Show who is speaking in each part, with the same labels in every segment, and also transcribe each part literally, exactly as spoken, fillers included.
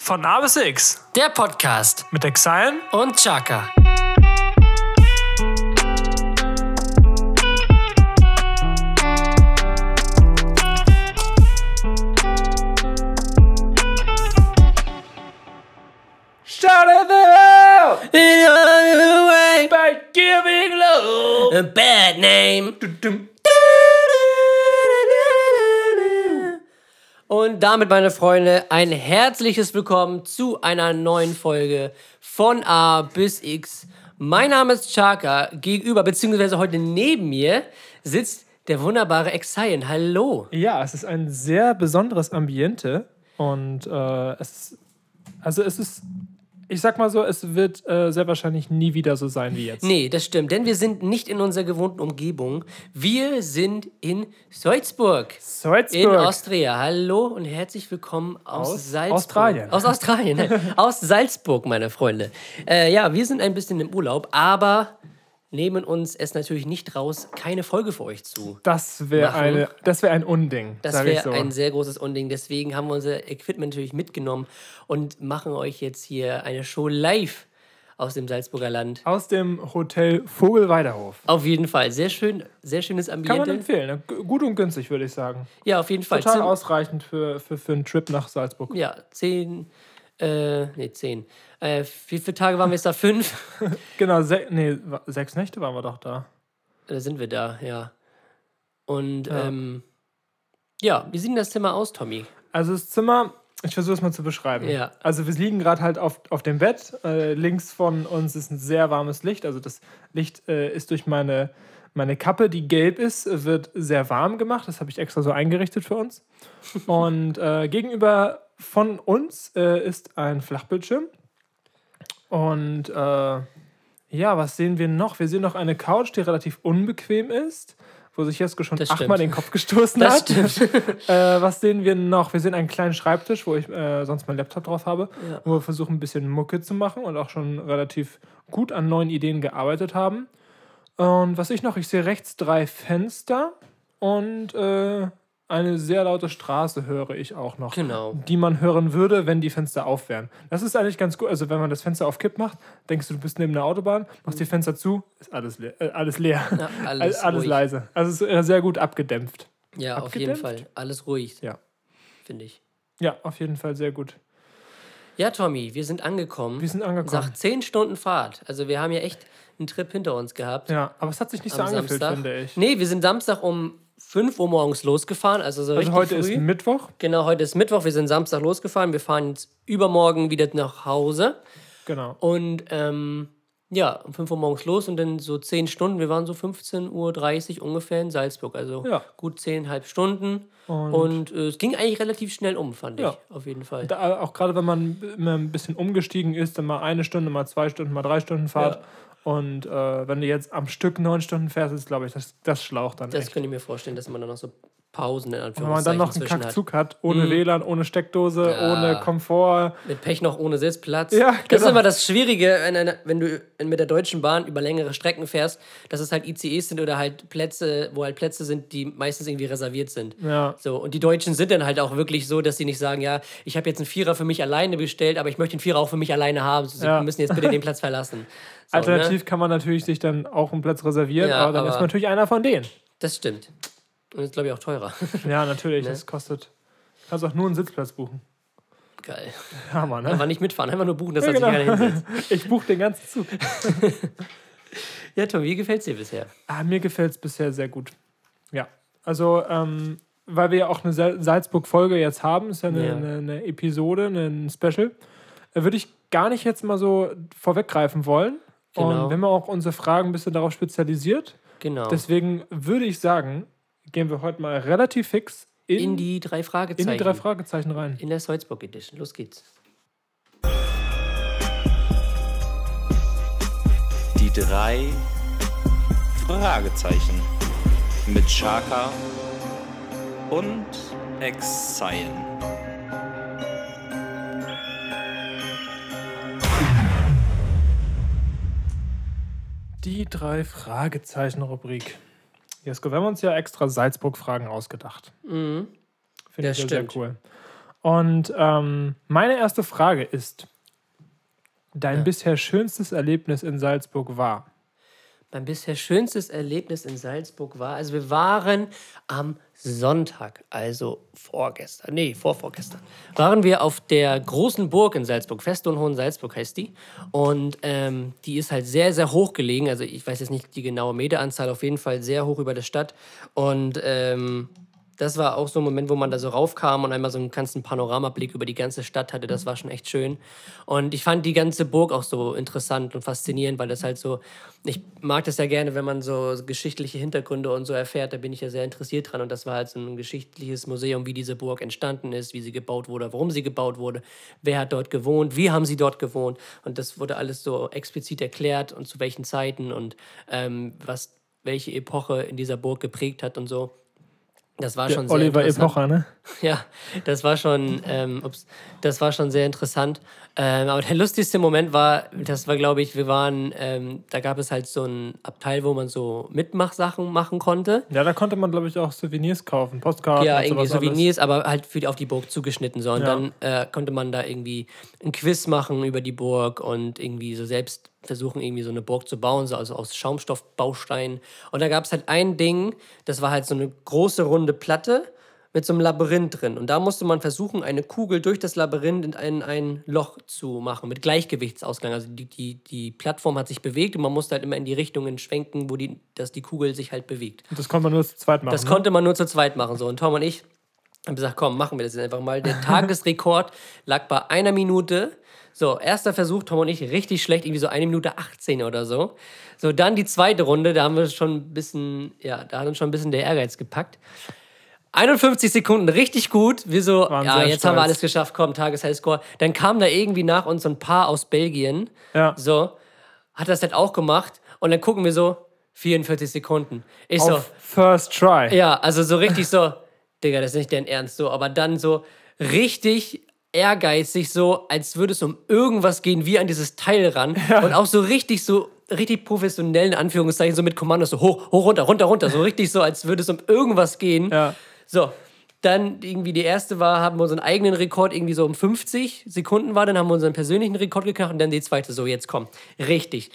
Speaker 1: Von A bis X.
Speaker 2: Der Podcast
Speaker 1: Mit Exile
Speaker 2: und Chaka.
Speaker 1: Shout at the hell
Speaker 2: In a way,
Speaker 1: by giving love.
Speaker 2: a bad name. Und damit, meine Freunde, ein herzliches Willkommen zu einer neuen Folge von A bis X. Mein Name ist Chaka. Gegenüber, beziehungsweise heute neben mir, sitzt der wunderbare Exile. Hallo.
Speaker 1: Ja, es ist ein sehr besonderes Ambiente und äh, es ist, also es ist, ich sag mal so, es wird äh, sehr wahrscheinlich nie wieder so sein wie jetzt.
Speaker 2: Nee, das stimmt, denn wir sind nicht in unserer gewohnten Umgebung. Wir sind in Salzburg.
Speaker 1: Salzburg.
Speaker 2: In Austria. Hallo und herzlich willkommen aus,
Speaker 1: Aus
Speaker 2: Salzburg.
Speaker 1: Australien.
Speaker 2: Aus Australien. Aus Salzburg, meine Freunde. Äh, ja, wir sind ein bisschen im Urlaub, aber nehmen uns es natürlich nicht raus, keine Folge für euch zu.
Speaker 1: Das wäre
Speaker 2: machen.
Speaker 1: eine, das wäre ein Unding.
Speaker 2: Das
Speaker 1: sag ich
Speaker 2: wäre
Speaker 1: so.
Speaker 2: ein sehr großes Unding. Deswegen haben wir unser Equipment natürlich mitgenommen und machen euch jetzt hier eine Show live aus dem Salzburger Land.
Speaker 1: Aus dem Hotel Vogelweiterhof.
Speaker 2: Auf jeden Fall. Sehr schön, sehr schönes
Speaker 1: Kann
Speaker 2: Ambiente.
Speaker 1: man empfehlen. Ne? G- Gut und günstig, würde ich sagen.
Speaker 2: Ja, auf jeden Fall.
Speaker 1: Total
Speaker 2: Zim-
Speaker 1: ausreichend für, für, für einen Trip nach Salzburg.
Speaker 2: Ja, zehn, äh, nee, zehn. Äh, wie viele Tage waren wir jetzt da? Fünf?
Speaker 1: Genau, se- nee, wa- sechs Nächte waren wir doch da.
Speaker 2: Da sind wir da, ja. Und,
Speaker 1: Ja.
Speaker 2: ähm, ja, wie sieht denn das Zimmer aus, Tommy?
Speaker 1: Also das Zimmer, ich versuche es mal zu beschreiben.
Speaker 2: Ja.
Speaker 1: Also wir liegen gerade halt auf, auf dem Bett. Äh, links von uns ist ein sehr warmes Licht. Also das Licht äh, ist durch meine, meine Kappe, die gelb ist, wird sehr warm gemacht. Das habe ich extra so eingerichtet für uns. Und äh, gegenüber von uns äh, ist ein Flachbildschirm. Und äh, ja, was sehen wir noch? Wir sehen noch eine Couch, die relativ unbequem ist, wo sich Jesko schon
Speaker 2: Das
Speaker 1: achtmal
Speaker 2: stimmt.
Speaker 1: den Kopf gestoßen
Speaker 2: Das
Speaker 1: hat.
Speaker 2: stimmt.
Speaker 1: Äh, was sehen wir noch? Wir sehen einen kleinen Schreibtisch, wo ich äh, sonst meinen Laptop drauf habe,
Speaker 2: Ja.
Speaker 1: wo wir versuchen, ein bisschen Mucke zu machen und auch schon relativ gut an neuen Ideen gearbeitet haben. Und was ich noch? Ich sehe rechts drei Fenster und äh, eine sehr laute Straße höre ich auch noch.
Speaker 2: Genau.
Speaker 1: Die man hören würde, wenn die Fenster auf wären. Das ist eigentlich ganz gut. Also wenn man das Fenster auf Kipp macht, denkst du, du bist neben der Autobahn, machst die Fenster zu, ist alles, le äh, alles leer.
Speaker 2: Ja, alles
Speaker 1: alles alles
Speaker 2: ruhig.
Speaker 1: leise. Also es ist äh, sehr gut abgedämpft.
Speaker 2: Ja, auf jeden
Speaker 1: Abgedämpft?
Speaker 2: Fall. Alles ruhig,
Speaker 1: Ja.
Speaker 2: finde ich.
Speaker 1: Ja, auf jeden Fall sehr gut.
Speaker 2: Ja, Tommy, wir sind angekommen.
Speaker 1: Wir sind angekommen.
Speaker 2: Nach zehn Stunden Fahrt. Also wir haben ja echt einen Trip hinter uns gehabt.
Speaker 1: Ja, aber es hat sich nicht so
Speaker 2: am
Speaker 1: angefühlt,
Speaker 2: Samstag.
Speaker 1: finde ich.
Speaker 2: Nee, wir sind Samstag um fünf Uhr morgens losgefahren, also so
Speaker 1: Also
Speaker 2: richtig
Speaker 1: heute
Speaker 2: früh.
Speaker 1: ist Mittwoch.
Speaker 2: Genau, heute ist Mittwoch, wir sind Samstag losgefahren. Wir fahren jetzt übermorgen wieder nach Hause.
Speaker 1: Genau.
Speaker 2: Und ähm, ja, um fünf Uhr morgens los und dann so zehn Stunden. Wir waren so fünfzehn Uhr dreißig ungefähr in Salzburg. Also
Speaker 1: Ja.
Speaker 2: gut zehneinhalb Stunden.
Speaker 1: Und-
Speaker 2: Und, äh, es ging eigentlich relativ schnell um, fand ich.
Speaker 1: Ja.
Speaker 2: Auf jeden Fall.
Speaker 1: Da, auch gerade wenn man immer ein bisschen umgestiegen ist, dann mal eine Stunde, mal zwei Stunden, mal drei Stunden Fahrt.
Speaker 2: Ja.
Speaker 1: Und äh, wenn du jetzt am Stück neun Stunden fährst, ist, glaube ich, das, das schlaucht dann
Speaker 2: Das
Speaker 1: echt.
Speaker 2: könnte ich mir vorstellen, dass man dann noch so Pausen in
Speaker 1: Wenn man
Speaker 2: Anführungszeichen
Speaker 1: dann noch einen
Speaker 2: zwischen hat.
Speaker 1: Kackzug hat, ohne W L A N, ohne Steckdose,
Speaker 2: Ja.
Speaker 1: ohne Komfort.
Speaker 2: Mit Pech noch ohne Sitzplatz.
Speaker 1: Ja,
Speaker 2: Das ist
Speaker 1: genau.
Speaker 2: immer das Schwierige, wenn, eine- wenn du mit der Deutschen Bahn über längere Strecken fährst, dass es halt I C Es sind oder halt Plätze, wo halt Plätze sind, die meistens irgendwie reserviert sind.
Speaker 1: Ja.
Speaker 2: So, und die Deutschen sind dann halt auch wirklich so, dass sie nicht sagen, ja, ich habe jetzt einen Vierer für mich alleine bestellt, aber ich möchte den Vierer auch für mich alleine haben. So, sie
Speaker 1: Ja.
Speaker 2: müssen jetzt bitte den Platz verlassen. So,
Speaker 1: Alternativ
Speaker 2: ne?
Speaker 1: kann man natürlich sich dann auch einen Platz reservieren,
Speaker 2: Ja,
Speaker 1: aber dann
Speaker 2: aber-
Speaker 1: ist man natürlich einer von denen.
Speaker 2: Das stimmt. Und ist, glaube ich, auch teurer.
Speaker 1: Ja, natürlich,
Speaker 2: Ne?
Speaker 1: das kostet. Du kannst auch nur einen Sitzplatz buchen.
Speaker 2: Geil.
Speaker 1: Ja, Mann, ne?
Speaker 2: Einfach nicht mitfahren, einfach nur buchen, dass
Speaker 1: Ja,
Speaker 2: da sich
Speaker 1: genau.
Speaker 2: keiner hinsetzt.
Speaker 1: Ich buche den ganzen Zug.
Speaker 2: Ja, Tom, wie gefällt es dir bisher?
Speaker 1: Ah, mir gefällt es bisher sehr gut. Ja, also, ähm, weil wir ja auch eine Sal- Salzburg-Folge jetzt haben, ist ja eine,
Speaker 2: Ja.
Speaker 1: eine, eine Episode, ein Special, äh, würde ich gar nicht jetzt mal so vorweggreifen wollen.
Speaker 2: Genau.
Speaker 1: Und wir haben auch unsere Fragen ein bisschen darauf spezialisiert.
Speaker 2: Genau.
Speaker 1: Deswegen würde ich sagen, gehen wir heute mal relativ fix in,
Speaker 2: in die drei Fragezeichen.
Speaker 1: in die drei Fragezeichen rein.
Speaker 2: In der Salzburg Edition. Los geht's.
Speaker 3: Die drei Fragezeichen mit Chaka und Exile.
Speaker 1: Die drei Fragezeichen-Rubrik. Jesko, wir haben uns ja extra Salzburg-Fragen ausgedacht.
Speaker 2: Mhm.
Speaker 1: Finde
Speaker 2: Das
Speaker 1: ich ja sehr
Speaker 2: stimmt.
Speaker 1: cool. Und ähm, meine erste Frage ist, dein
Speaker 2: Ja.
Speaker 1: bisher schönstes Erlebnis in Salzburg war?
Speaker 2: Mein bisher schönstes Erlebnis in Salzburg war, also wir waren am Sonntag, also vorgestern, nee, vorvorgestern, waren wir auf der großen Burg in Salzburg, Feste und Hohensalzburg heißt die. Und ähm, die ist halt sehr, sehr hoch gelegen, also ich weiß jetzt nicht die genaue Meteranzahl, auf jeden Fall sehr hoch über der Stadt. Und ähm, das war auch so ein Moment, wo man da so raufkam und einmal so einen ganzen Panoramablick über die ganze Stadt hatte. Das war schon echt schön. Und ich fand die ganze Burg auch so interessant und faszinierend, weil das halt so, ich mag das ja gerne, wenn man so geschichtliche Hintergründe und so erfährt. Da bin ich ja sehr interessiert dran. Und das war halt so ein geschichtliches Museum, wie diese Burg entstanden ist, wie sie gebaut wurde, warum sie gebaut wurde, wer hat dort gewohnt, wie haben sie dort gewohnt. Und das wurde alles so explizit erklärt und zu welchen Zeiten und ähm, was welche Epoche in dieser Burg geprägt hat und so. Das war schon
Speaker 1: Der
Speaker 2: sehr
Speaker 1: Oliver
Speaker 2: interessant.
Speaker 1: Epocher, ne?
Speaker 2: Ja, das war schon, ähm, ups, das war schon sehr interessant. Ähm, aber der lustigste Moment war, das war, glaube ich, wir waren, ähm, da gab es halt so ein Abteil, wo man so Mitmachsachen machen konnte.
Speaker 1: Ja, da konnte man, glaube ich, auch Souvenirs kaufen, Postkarten
Speaker 2: Ja,
Speaker 1: und
Speaker 2: irgendwie
Speaker 1: sowas alles.
Speaker 2: Souvenirs, aber halt für die, auf die Burg zugeschnitten. So. Und
Speaker 1: Ja.
Speaker 2: dann äh, konnte man da irgendwie ein Quiz machen über die Burg und irgendwie so selbst versuchen, irgendwie so eine Burg zu bauen, so also aus Schaumstoffbausteinen. Und da gab es halt ein Ding, das war halt so eine große runde Platte mit so einem Labyrinth drin. Und da musste man versuchen, eine Kugel durch das Labyrinth in ein, ein Loch zu machen, mit Gleichgewichtsausgang. Also die, die, die Plattform hat sich bewegt und man musste halt immer in die Richtungen schwenken, wo die, dass die Kugel sich halt bewegt.
Speaker 1: Und das konnte man nur zu zweit machen.
Speaker 2: Das
Speaker 1: ne?
Speaker 2: konnte man nur zu zweit machen. So. Und Tom und ich haben gesagt, komm, machen wir das jetzt einfach mal. Der Tagesrekord lag bei einer Minute. So, erster Versuch, Tom und ich, richtig schlecht, irgendwie so eine Minute achtzehn oder so. So, dann die zweite Runde, da haben wir schon ein bisschen, ja, da hat uns schon ein bisschen der Ehrgeiz gepackt. einundfünfzig Sekunden, richtig gut. Wir so,
Speaker 1: Waren
Speaker 2: ja,
Speaker 1: sehr
Speaker 2: jetzt haben wir
Speaker 1: stolz.
Speaker 2: alles geschafft, komm, Tageshighscore. Dann kam da irgendwie nach uns so ein Paar aus Belgien.
Speaker 1: Ja.
Speaker 2: So, hat das halt auch gemacht. Und dann gucken wir so, vierundvierzig Sekunden. Ich so,
Speaker 1: Auf First Try.
Speaker 2: ja, also so richtig so, Digga, das ist nicht dein Ernst, so, aber dann so richtig ehrgeizig, so, als würde es um irgendwas gehen, wie an dieses Teil ran. Und auch so richtig so, richtig professionell in Anführungszeichen, so mit Kommandos, so hoch, hoch, runter, runter, runter, so richtig so, als würde es um irgendwas gehen.
Speaker 1: Ja.
Speaker 2: So, dann irgendwie die erste war, haben wir unseren eigenen Rekord irgendwie so um fünfzig Sekunden war, dann haben wir unseren persönlichen Rekord geknackt und dann die zweite, so, jetzt komm, richtig.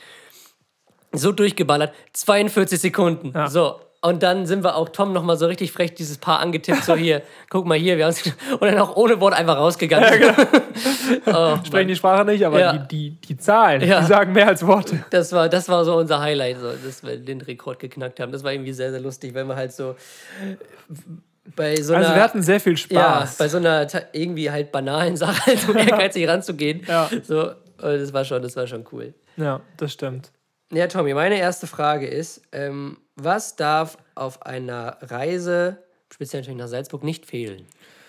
Speaker 2: So durchgeballert, zweiundvierzig Sekunden,
Speaker 1: Ja.
Speaker 2: so. Und dann sind wir auch Tom nochmal so richtig frech dieses Paar angetippt, so hier, guck mal hier, wir haben's und dann auch ohne Wort einfach rausgegangen.
Speaker 1: Ja, genau.
Speaker 2: Oh,
Speaker 1: Sprechen die Sprache nicht, aber
Speaker 2: Ja.
Speaker 1: die, die, die Zahlen,
Speaker 2: Ja.
Speaker 1: die sagen mehr als Worte.
Speaker 2: Das war, das war so unser Highlight, so, dass wir den Rekord geknackt haben. Das war irgendwie sehr, sehr lustig, weil wir halt so bei so einer...
Speaker 1: Also wir hatten sehr viel
Speaker 2: ja,
Speaker 1: Spaß.
Speaker 2: bei so einer ta- irgendwie halt banalen Sache, halt so ehrgeizig ranzugehen.
Speaker 1: Ja.
Speaker 2: So, äh, das war schon, das war schon cool.
Speaker 1: Ja, das stimmt.
Speaker 2: Ja, Tommy, meine erste Frage ist, ähm, was darf auf einer Reise, speziell natürlich nach Salzburg, nicht fehlen?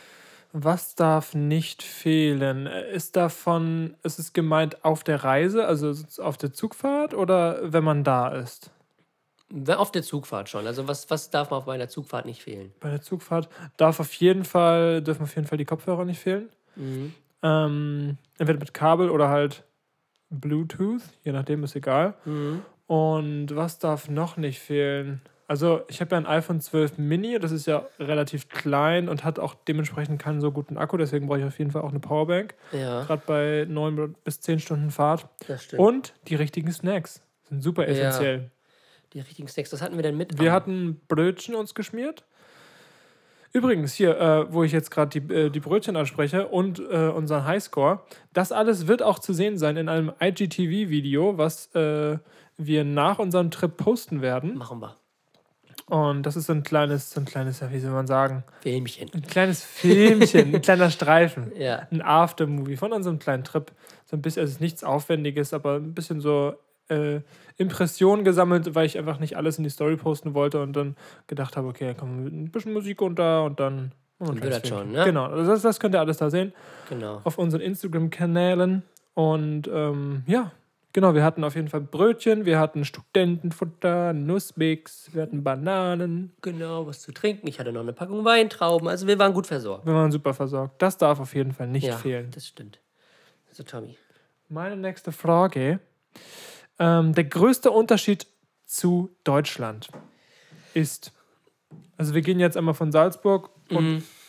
Speaker 1: Was darf nicht fehlen? Ist davon, ist es gemeint auf der Reise, also auf der Zugfahrt oder wenn man da ist?
Speaker 2: Auf der Zugfahrt schon. Also was, was darf man auf meiner Zugfahrt nicht fehlen?
Speaker 1: Bei der Zugfahrt darf auf jeden Fall, dürfen auf jeden Fall die Kopfhörer nicht fehlen.
Speaker 2: Mhm.
Speaker 1: Ähm, entweder mit Kabel oder halt Bluetooth, je nachdem, ist egal.
Speaker 2: Mhm.
Speaker 1: Und was darf noch nicht fehlen? Also ich habe ja ein iPhone zwölf Mini, das ist ja relativ klein und hat auch dementsprechend keinen so guten Akku, deswegen brauche ich auf jeden Fall auch eine Powerbank,
Speaker 2: Ja,
Speaker 1: gerade bei neun bis zehn Stunden Fahrt.
Speaker 2: das stimmt.
Speaker 1: Und die richtigen Snacks sind super essentiell.
Speaker 2: Die richtigen Snacks, was hatten wir denn mit?
Speaker 1: Wir hatten Brötchen uns geschmiert. Übrigens, hier, äh, wo ich jetzt gerade die, äh, die Brötchen anspreche und äh, unseren Highscore, das alles wird auch zu sehen sein in einem I G T V-Video, was äh, wir nach unserem Trip posten werden.
Speaker 2: Machen wir.
Speaker 1: Und das ist so ein kleines, so ein kleines, ja, wie soll man sagen,
Speaker 2: Filmchen.
Speaker 1: ein kleines Filmchen, ein kleiner Streifen.
Speaker 2: Ja.
Speaker 1: Ein Aftermovie von unserem kleinen Trip. So ein bisschen, also es ist nichts Aufwendiges, aber ein bisschen so äh, Impressionen gesammelt, weil ich einfach nicht alles in die Story posten wollte und dann gedacht habe, okay, da kommen ein bisschen Musik unter und dann. Und
Speaker 2: Dann wird das schon, ne?
Speaker 1: Genau, also das, das könnt ihr alles da sehen
Speaker 2: Genau.
Speaker 1: auf unseren Instagram-Kanälen. Und ähm, ja, genau, wir hatten auf jeden Fall Brötchen, wir hatten Studentenfutter, Nussmix, wir hatten Bananen.
Speaker 2: Genau, was zu trinken. Ich hatte noch eine Packung Weintrauben. Also wir waren gut versorgt.
Speaker 1: Wir waren super versorgt. Das darf auf jeden Fall nicht
Speaker 2: ja,
Speaker 1: fehlen.
Speaker 2: das stimmt. So, Tommy.
Speaker 1: Meine nächste Frage. Ähm, der größte Unterschied zu Deutschland ist, also wir gehen jetzt einmal von Salzburg und
Speaker 2: Mhm.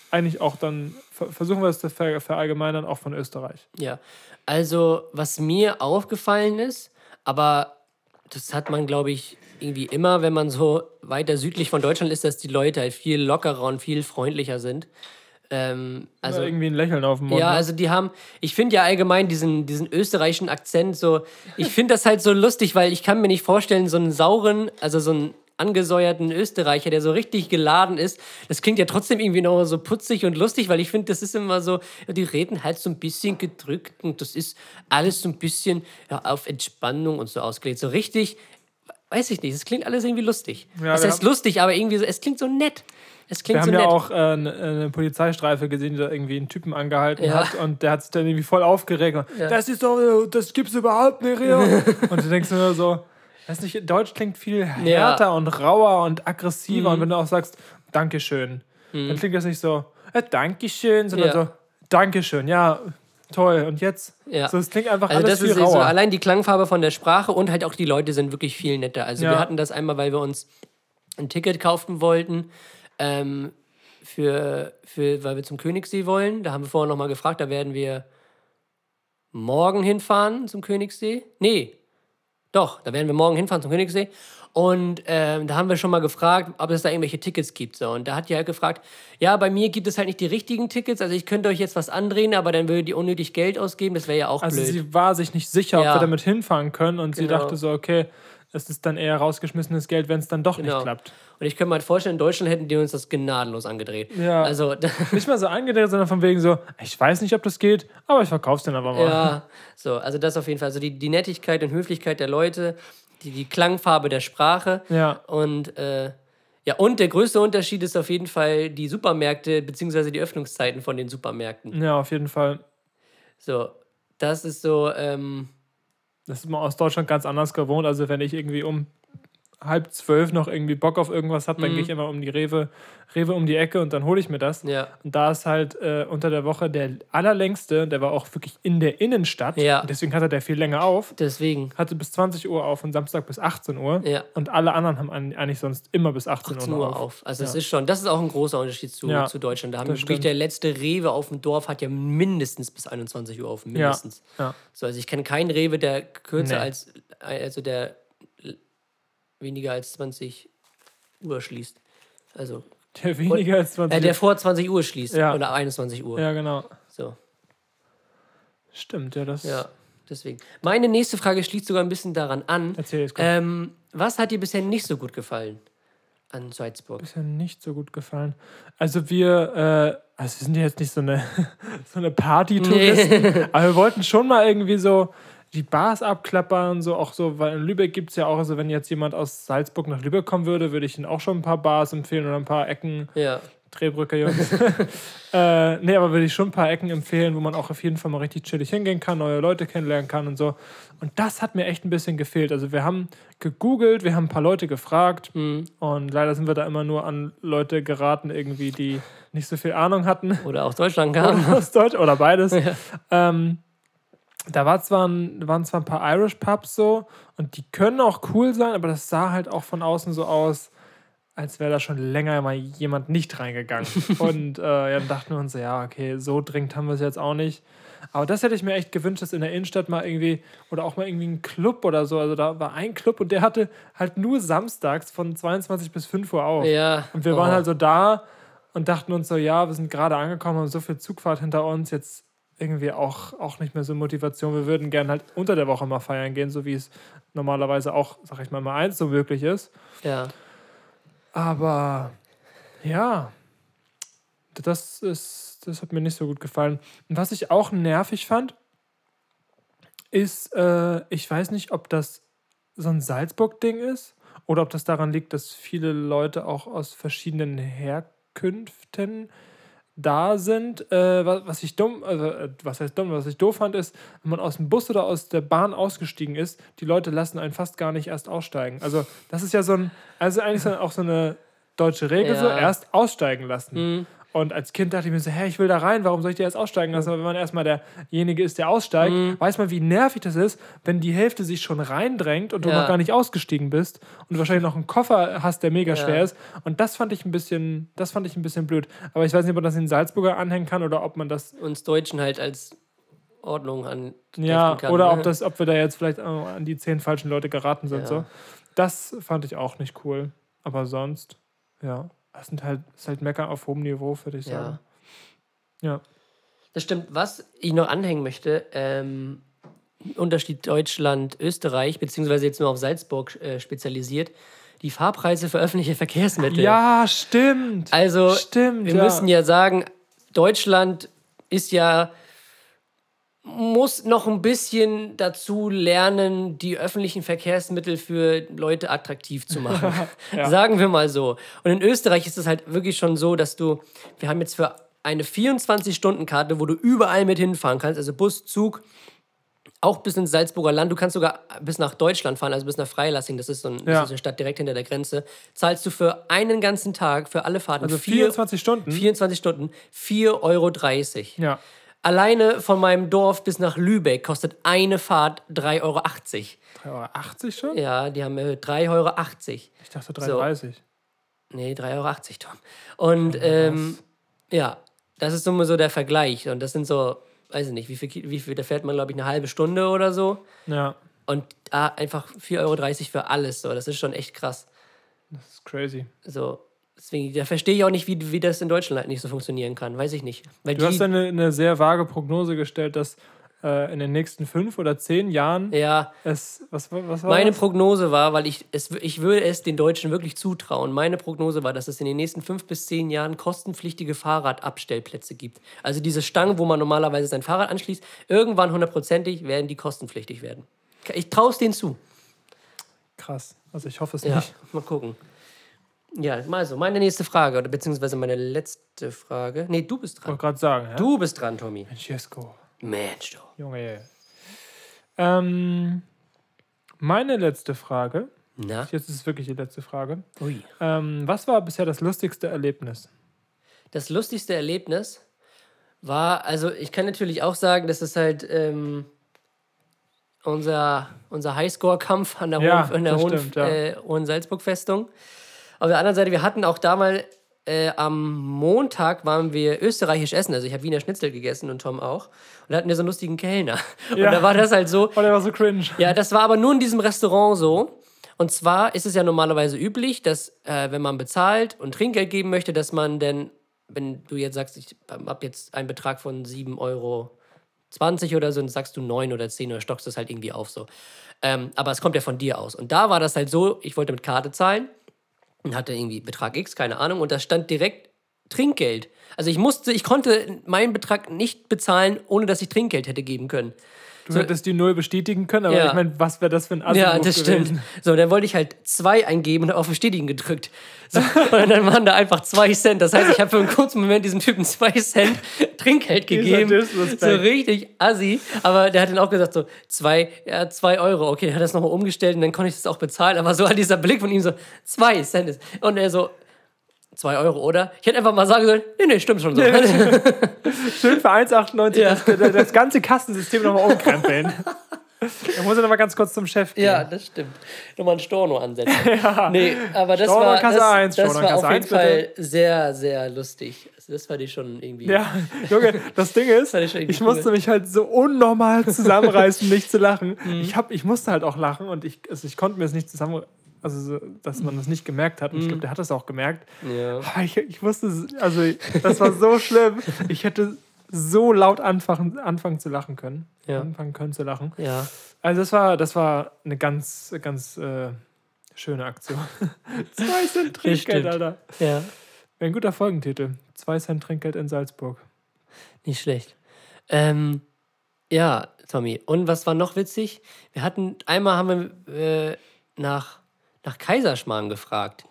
Speaker 1: eigentlich auch dann, versuchen wir es zu ver- verallgemeinern, auch von Österreich.
Speaker 2: Ja, also was mir aufgefallen ist, aber das hat man, glaube ich, irgendwie immer, wenn man so weiter südlich von Deutschland ist, dass die Leute halt viel lockerer und viel freundlicher sind. Ähm,
Speaker 1: Also
Speaker 2: also
Speaker 1: irgendwie ein Lächeln auf dem Mund.
Speaker 2: ja,
Speaker 1: ne?
Speaker 2: also die haben, ich finde ja allgemein diesen, diesen österreichischen Akzent so, ich finde das halt so lustig, weil ich kann mir nicht vorstellen, so einen sauren, also so einen angesäuerten Österreicher, der so richtig geladen ist, das klingt ja trotzdem irgendwie noch so putzig und lustig, weil ich finde, das ist immer so, ja, die reden halt so ein bisschen gedrückt und das ist alles so ein bisschen ja, auf Entspannung und so ausgelegt. So richtig, weiß ich nicht, es klingt alles irgendwie lustig.
Speaker 1: Ja,
Speaker 2: das
Speaker 1: wir
Speaker 2: heißt
Speaker 1: haben-
Speaker 2: lustig, aber irgendwie so, es klingt so nett. Es klingt
Speaker 1: Wir
Speaker 2: so
Speaker 1: haben ja
Speaker 2: nett.
Speaker 1: auch äh, eine, eine Polizeistreife gesehen, die da irgendwie einen Typen angehalten
Speaker 2: Ja.
Speaker 1: hat und der hat sich dann irgendwie voll aufgeregt. Und, Das ist doch, das gibt's überhaupt nicht, ja. Und du denkst nur so, weiß nicht, Deutsch klingt viel härter
Speaker 2: Ja.
Speaker 1: und rauer und aggressiver.
Speaker 2: Mhm.
Speaker 1: Und wenn du auch sagst, Dankeschön, dann klingt das nicht so, äh, Dankeschön, sondern
Speaker 2: Ja.
Speaker 1: so, Dankeschön, ja, toll. Und jetzt?
Speaker 2: Ja.
Speaker 1: So, es klingt einfach
Speaker 2: Also
Speaker 1: alles
Speaker 2: das
Speaker 1: viel
Speaker 2: ist
Speaker 1: rauer.
Speaker 2: so allein die Klangfarbe von der Sprache und halt auch die Leute sind wirklich viel netter. Also
Speaker 1: Ja.
Speaker 2: wir hatten das einmal, weil wir uns ein Ticket kaufen wollten, ähm, für, für, weil wir zum Königssee wollen. Da haben wir vorher nochmal gefragt, da werden wir morgen hinfahren zum Königssee. Nee, doch, da werden wir morgen hinfahren zum Königssee. Und ähm, da haben wir schon mal gefragt, ob es da irgendwelche Tickets gibt. So. Und da hat die halt gefragt, ja, bei mir gibt es halt nicht die richtigen Tickets. Also ich könnte euch jetzt was andrehen, aber dann würdet ihr unnötig Geld ausgeben. Das wäre ja auch
Speaker 1: Also
Speaker 2: blöd.
Speaker 1: sie war sich nicht sicher,
Speaker 2: Ja.
Speaker 1: ob wir damit hinfahren können. Und sie
Speaker 2: Genau.
Speaker 1: dachte so, okay, es ist dann eher rausgeschmissenes Geld, wenn es dann doch
Speaker 2: Genau.
Speaker 1: nicht klappt.
Speaker 2: Und ich könnte mir halt vorstellen, in Deutschland hätten die uns das gnadenlos angedreht.
Speaker 1: Ja.
Speaker 2: Also,
Speaker 1: Nicht mal so eingedreht, sondern von wegen so, ich weiß nicht, ob das geht, aber ich verkauf's dann aber mal.
Speaker 2: ja, so, also das auf jeden Fall. Also die, die Nettigkeit und Höflichkeit der Leute, die, die Klangfarbe der Sprache.
Speaker 1: Ja.
Speaker 2: Und, äh, ja, und der größte Unterschied ist auf jeden Fall die Supermärkte, beziehungsweise die Öffnungszeiten von den Supermärkten.
Speaker 1: Ja, auf jeden Fall.
Speaker 2: So, das ist so, ähm,
Speaker 1: Das ist man aus Deutschland ganz anders gewohnt. Also wenn ich irgendwie um halb zwölf noch irgendwie Bock auf irgendwas habe, dann gehe ich immer um die Rewe, Rewe um die Ecke und dann hole ich mir das.
Speaker 2: ja.
Speaker 1: Und da ist halt äh, unter der Woche der allerlängste, der war auch wirklich in der Innenstadt.
Speaker 2: Ja.
Speaker 1: Und deswegen hatte der viel länger auf.
Speaker 2: Deswegen,
Speaker 1: Hatte bis zwanzig Uhr auf und Samstag bis achtzehn Uhr.
Speaker 2: ja.
Speaker 1: Und alle anderen haben an- eigentlich sonst immer bis achtzehn,
Speaker 2: achtzehn
Speaker 1: Uhr
Speaker 2: Uhr
Speaker 1: noch auf.
Speaker 2: auf. Also das
Speaker 1: Ja.
Speaker 2: ist schon, das ist auch ein großer Unterschied zu,
Speaker 1: Ja,
Speaker 2: zu Deutschland. Da haben wir
Speaker 1: das
Speaker 2: wirklich,
Speaker 1: stimmt.
Speaker 2: der letzte Rewe auf dem Dorf hat ja mindestens bis einundzwanzig Uhr auf, mindestens.
Speaker 1: Ja.
Speaker 2: So, also ich kenne keinen Rewe, der kürzer
Speaker 1: Nee.
Speaker 2: als, also der weniger als zwanzig Uhr schließt. Also,
Speaker 1: Der weniger als zwanzig
Speaker 2: äh, der vor zwanzig Uhr schließt
Speaker 1: Ja.
Speaker 2: oder einundzwanzig Uhr.
Speaker 1: Ja, genau.
Speaker 2: So,
Speaker 1: Stimmt, ja, das.
Speaker 2: ja, deswegen. Meine nächste Frage schließt sogar ein bisschen daran an.
Speaker 1: Erzähl jetzt kurz.
Speaker 2: Ähm, was hat dir bisher nicht so gut gefallen an Salzburg?
Speaker 1: Bisher nicht so gut gefallen. Also wir, äh, also wir sind ja jetzt nicht so eine, so eine Party-Touristen, aber wir wollten schon mal irgendwie so die Bars abklappern und so, auch so, weil in Lübeck gibt es ja auch, also wenn jetzt jemand aus Salzburg nach Lübeck kommen würde, würde ich ihnen auch schon ein paar Bars empfehlen oder ein paar Ecken.
Speaker 2: Ja,
Speaker 1: Drehbrücke, Jungs. äh, nee, aber würde ich schon ein paar Ecken empfehlen, wo man auch auf jeden Fall mal richtig chillig hingehen kann, neue Leute kennenlernen kann und so. Und das hat mir echt ein bisschen gefehlt. Also wir haben gegoogelt, wir haben ein paar Leute gefragt und leider sind wir da immer nur an Leute geraten, irgendwie, die nicht so viel Ahnung hatten.
Speaker 2: oder aus Deutschland kam.
Speaker 1: Aus Deutsch oder beides. Ähm, da war zwar ein, waren zwar ein paar Irish Pubs so und die können auch cool sein, aber das sah halt auch von außen so aus, als wäre da schon länger mal jemand nicht reingegangen. Und äh, ja, dann dachten wir uns, ja, okay, so dringend haben wir es jetzt auch nicht. Aber das hätte ich mir echt gewünscht, dass in der Innenstadt mal irgendwie, oder auch mal irgendwie ein Club oder so, also da war ein Club und der hatte halt nur samstags von zweiundzwanzig bis fünf Uhr auf.
Speaker 2: Ja.
Speaker 1: Und wir
Speaker 2: Oh.
Speaker 1: waren halt so da und dachten uns so, ja, wir sind gerade angekommen, haben so viel Zugfahrt hinter uns, jetzt irgendwie auch, auch nicht mehr so Motivation. Wir würden gerne halt unter der Woche mal feiern gehen, so wie es normalerweise auch, sag ich mal, mal eins so möglich ist.
Speaker 2: Ja.
Speaker 1: Aber ja, das ist, das hat mir nicht so gut gefallen. Und was ich auch nervig fand, ist, äh, ich weiß nicht, ob das so ein Salzburg-Ding ist oder ob das daran liegt, dass viele Leute auch aus verschiedenen Herkünften da sind. Äh, was, was ich dumm, also äh, was heißt dumm, was ich doof fand, ist, wenn man aus dem Bus oder aus der Bahn ausgestiegen ist, die Leute lassen einen fast gar nicht erst aussteigen. Also das ist ja so ein, also eigentlich so, auch so eine deutsche Regel,
Speaker 2: Ja.
Speaker 1: so erst aussteigen lassen.
Speaker 2: Mhm.
Speaker 1: Und als Kind dachte ich mir so, hä, ich will da rein, warum soll ich dir erst aussteigen lassen? Aber wenn man erstmal derjenige ist, der aussteigt,
Speaker 2: Mhm.
Speaker 1: weiß man, wie nervig das ist, wenn die Hälfte sich schon reindrängt und du
Speaker 2: Ja.
Speaker 1: noch gar nicht ausgestiegen bist und du wahrscheinlich noch einen Koffer hast, der mega
Speaker 2: Ja.
Speaker 1: schwer ist. Und das fand ich ein bisschen, das fand ich ein bisschen blöd. Aber ich weiß nicht, ob man das in Salzburger anhängen kann oder ob man das,
Speaker 2: Uns Deutschen halt als Ordnung an
Speaker 1: ja,
Speaker 2: kann,
Speaker 1: oder
Speaker 2: ne?
Speaker 1: ob das, ob wir da jetzt vielleicht oh, an die zehn falschen Leute geraten sind.
Speaker 2: Ja.
Speaker 1: So. Das fand ich auch nicht cool. Aber sonst, ja, das sind halt, das ist halt Mecker auf hohem Niveau, würde ich sagen.
Speaker 2: Ja.
Speaker 1: Ja.
Speaker 2: Das stimmt. Was ich noch anhängen möchte, ähm, Unterschied Deutschland, Österreich, beziehungsweise jetzt nur auf Salzburg äh, spezialisiert, die Fahrpreise für öffentliche Verkehrsmittel.
Speaker 1: Ja, stimmt.
Speaker 2: Also,
Speaker 1: stimmt,
Speaker 2: wir
Speaker 1: ja.
Speaker 2: müssen ja sagen, Deutschland ist ja, muss noch ein bisschen dazu lernen, die öffentlichen Verkehrsmittel für Leute attraktiv zu machen.
Speaker 1: Ja.
Speaker 2: Sagen wir mal so. Und in Österreich ist es halt wirklich schon so, dass du, wir haben jetzt für eine vierundzwanzig-Stunden-Karte, wo du überall mit hinfahren kannst, also Bus, Zug, auch bis ins Salzburger Land, du kannst sogar bis nach Deutschland fahren, also bis nach Freilassing, das ist so ein, das
Speaker 1: Ja.
Speaker 2: ist eine Stadt direkt hinter der Grenze, zahlst du für einen ganzen Tag, für alle Fahrten,
Speaker 1: Also
Speaker 2: vier-
Speaker 1: vierundzwanzig Stunden?
Speaker 2: vierundzwanzig Stunden, vier Euro dreißig.
Speaker 1: Ja.
Speaker 2: Alleine von meinem Dorf bis nach Lübeck kostet eine Fahrt drei Euro achtzig.
Speaker 1: drei Euro achtzig schon?
Speaker 2: Ja, die haben äh, drei Euro achtzig.
Speaker 1: Ich dachte drei Euro dreißig.
Speaker 2: Nee, drei Euro achtzig, Tom. Und ähm, ja, das ist immer so der Vergleich. Und das sind so, weiß ich nicht, wie viel, Ki- wie viel da fährt man, glaube ich, eine halbe Stunde oder so.
Speaker 1: Ja,
Speaker 2: Und da einfach vier Euro dreißig für alles. So. Das ist schon echt krass.
Speaker 1: das ist crazy.
Speaker 2: So, deswegen, da verstehe ich auch nicht, wie, wie das in Deutschland halt nicht so funktionieren kann. Weiß ich nicht. Weil
Speaker 1: Du
Speaker 2: die,
Speaker 1: hast eine, eine sehr vage Prognose gestellt, dass äh, in den nächsten fünf oder zehn Jahren
Speaker 2: ja,
Speaker 1: es, was, war- was war
Speaker 2: meine
Speaker 1: das?
Speaker 2: Prognose war, weil ich, es, ich würde es den Deutschen wirklich zutrauen, meine Prognose war, dass es in den nächsten fünf bis zehn Jahren kostenpflichtige Fahrradabstellplätze gibt. Also diese Stangen, wo man normalerweise sein Fahrrad anschließt, irgendwann hundertprozentig werden die kostenpflichtig werden. Ich traue es denen zu.
Speaker 1: Krass. Also ich hoffe es
Speaker 2: Ja,
Speaker 1: nicht.
Speaker 2: mal gucken. Ja, mal so, meine nächste Frage, oder beziehungsweise meine letzte Frage. Nee, du bist
Speaker 1: Ich
Speaker 2: dran.
Speaker 1: wollte gerade sagen, ja?
Speaker 2: Du bist dran, Tommy.
Speaker 1: Francesco.
Speaker 2: Mensch, du.
Speaker 1: Junge. Ähm, meine letzte Frage,
Speaker 2: Na?
Speaker 1: jetzt ist es wirklich die letzte Frage.
Speaker 2: Ui.
Speaker 1: Ähm, was war bisher das lustigste Erlebnis?
Speaker 2: Das lustigste Erlebnis war, also ich kann natürlich auch sagen, das ist halt ähm, unser, unser Highscore-Kampf an der
Speaker 1: Ja,
Speaker 2: Hohen, an der
Speaker 1: das
Speaker 2: Hohen,
Speaker 1: stimmt, ja.
Speaker 2: äh, Hohen Salzburg-Festung. Auf der anderen Seite, wir hatten auch damals, äh, am Montag waren wir österreichisch essen, also ich habe Wiener Schnitzel gegessen und Tom auch. Und da hatten wir so einen lustigen Kellner. Und
Speaker 1: Ja.
Speaker 2: da war das halt so,
Speaker 1: Oh, der war so cringe.
Speaker 2: ja, das war aber nur in diesem Restaurant so. Und zwar ist es ja normalerweise üblich, dass, äh, wenn man bezahlt und Trinkgeld geben möchte, dass man denn, wenn du jetzt sagst, ich habe jetzt einen Betrag von sieben Euro zwanzig oder so, dann sagst du neun oder zehn oder stockst das halt irgendwie auf so. Ähm, aber es kommt ja von dir aus. Und da war das halt so, ich wollte mit Karte zahlen und hatte irgendwie Betrag X, keine Ahnung, und da stand direkt Trinkgeld. Also ich musste, ich konnte meinen Betrag nicht bezahlen, ohne dass ich Trinkgeld hätte geben können.
Speaker 1: Du hättest die Null bestätigen können, aber
Speaker 2: Ja.
Speaker 1: ich meine, was wäre das für ein Assi
Speaker 2: Ja, das
Speaker 1: gewesen?
Speaker 2: stimmt. So, dann wollte ich halt zwei eingeben und auf Bestätigen gedrückt. So, und dann waren da einfach zwei Cent. Das heißt, ich habe für einen kurzen Moment diesem Typen zwei Cent Trinkgeld gegeben.
Speaker 1: Disrespect.
Speaker 2: So richtig assi. Aber der hat dann auch gesagt, so, zwei, ja, zwei Euro. Okay, der hat das nochmal umgestellt und dann konnte ich das auch bezahlen. Aber so an dieser Blick von ihm so, zwei Cent ist. Und er so, zwei Euro, oder? Ich hätte einfach mal sagen sollen, nee, nee, stimmt schon so.
Speaker 1: Schön für eins Komma achtundneunzig
Speaker 2: Ja.
Speaker 1: das, das ganze Kassensystem nochmal umkrempeln. Ich muss ja nochmal ganz kurz zum Chef gehen.
Speaker 2: Ja, das stimmt. Nochmal ein Storno ansetzen. Nee, aber das
Speaker 1: Storno
Speaker 2: war,
Speaker 1: Kasse
Speaker 2: das,
Speaker 1: eins,
Speaker 2: das
Speaker 1: Storno
Speaker 2: war
Speaker 1: Kasse
Speaker 2: auf jeden
Speaker 1: eins,
Speaker 2: Fall sehr, sehr lustig. Also das fand ich schon irgendwie...
Speaker 1: Ja, Junge, das Ding ist,
Speaker 2: fand ich schon irgendwie
Speaker 1: ich musste
Speaker 2: cool.
Speaker 1: mich halt so unnormal zusammenreißen, nicht zu lachen. Ich, hab, ich musste halt auch lachen und ich, also ich konnte mir es nicht zusammen, also so, dass man das nicht gemerkt hat. Und ich glaube, der hat das auch gemerkt.
Speaker 2: Ja.
Speaker 1: Aber ich, ich wusste, also das war so schlimm. Ich hätte so laut anfangen, anfangen zu lachen können.
Speaker 2: Ja.
Speaker 1: Anfangen können zu lachen.
Speaker 2: Ja.
Speaker 1: Also das war, das war eine ganz, ganz äh, schöne Aktion. Zwei Cent Trinkgeld,
Speaker 2: stimmt.
Speaker 1: Alter.
Speaker 2: Ja,
Speaker 1: Ein guter Folgentitel. Zwei Cent Trinkgeld in Salzburg.
Speaker 2: nicht schlecht. Ähm, ja, Tommy. Und was war noch witzig? Wir hatten, einmal haben wir äh, nach, nach Kaiserschmarrn gefragt.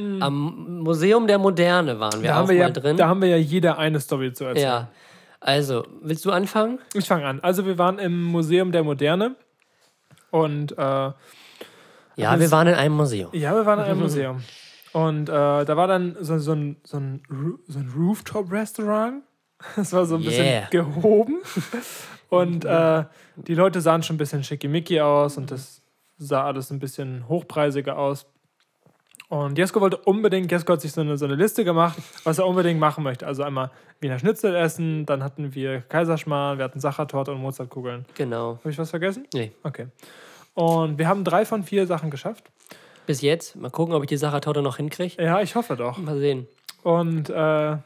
Speaker 2: Am Museum der Moderne waren wir
Speaker 1: Da
Speaker 2: auch
Speaker 1: haben wir,
Speaker 2: mal
Speaker 1: ja,
Speaker 2: drin.
Speaker 1: da haben wir ja jeder eine Story zu erzählen.
Speaker 2: Ja. Also, willst du anfangen?
Speaker 1: Ich fange an. Also wir waren im Museum der Moderne und äh,
Speaker 2: Ja, wir waren in einem Museum.
Speaker 1: ja, wir waren in einem Museum. Und äh, da war dann so, so ein, so ein, Ru- so ein Rooftop-Restaurant. Das war so ein
Speaker 2: Yeah.
Speaker 1: bisschen gehoben. Und äh, die Leute sahen schon ein bisschen schickimicki aus und das sah alles ein bisschen hochpreisiger aus. Und Jesko wollte unbedingt, Jesko hat sich so eine, so eine Liste gemacht, was er unbedingt machen möchte. Also einmal Wiener Schnitzel essen, dann hatten wir Kaiserschmarrn, wir hatten Sachertorte und Mozartkugeln.
Speaker 2: Genau.
Speaker 1: Habe ich was vergessen?
Speaker 2: Nee.
Speaker 1: Okay. Und wir haben drei von vier Sachen geschafft.
Speaker 2: Bis jetzt. Mal gucken, ob ich die Sachertorte noch hinkriege.
Speaker 1: Ja, ich hoffe doch.
Speaker 2: Mal sehen.
Speaker 1: Und äh,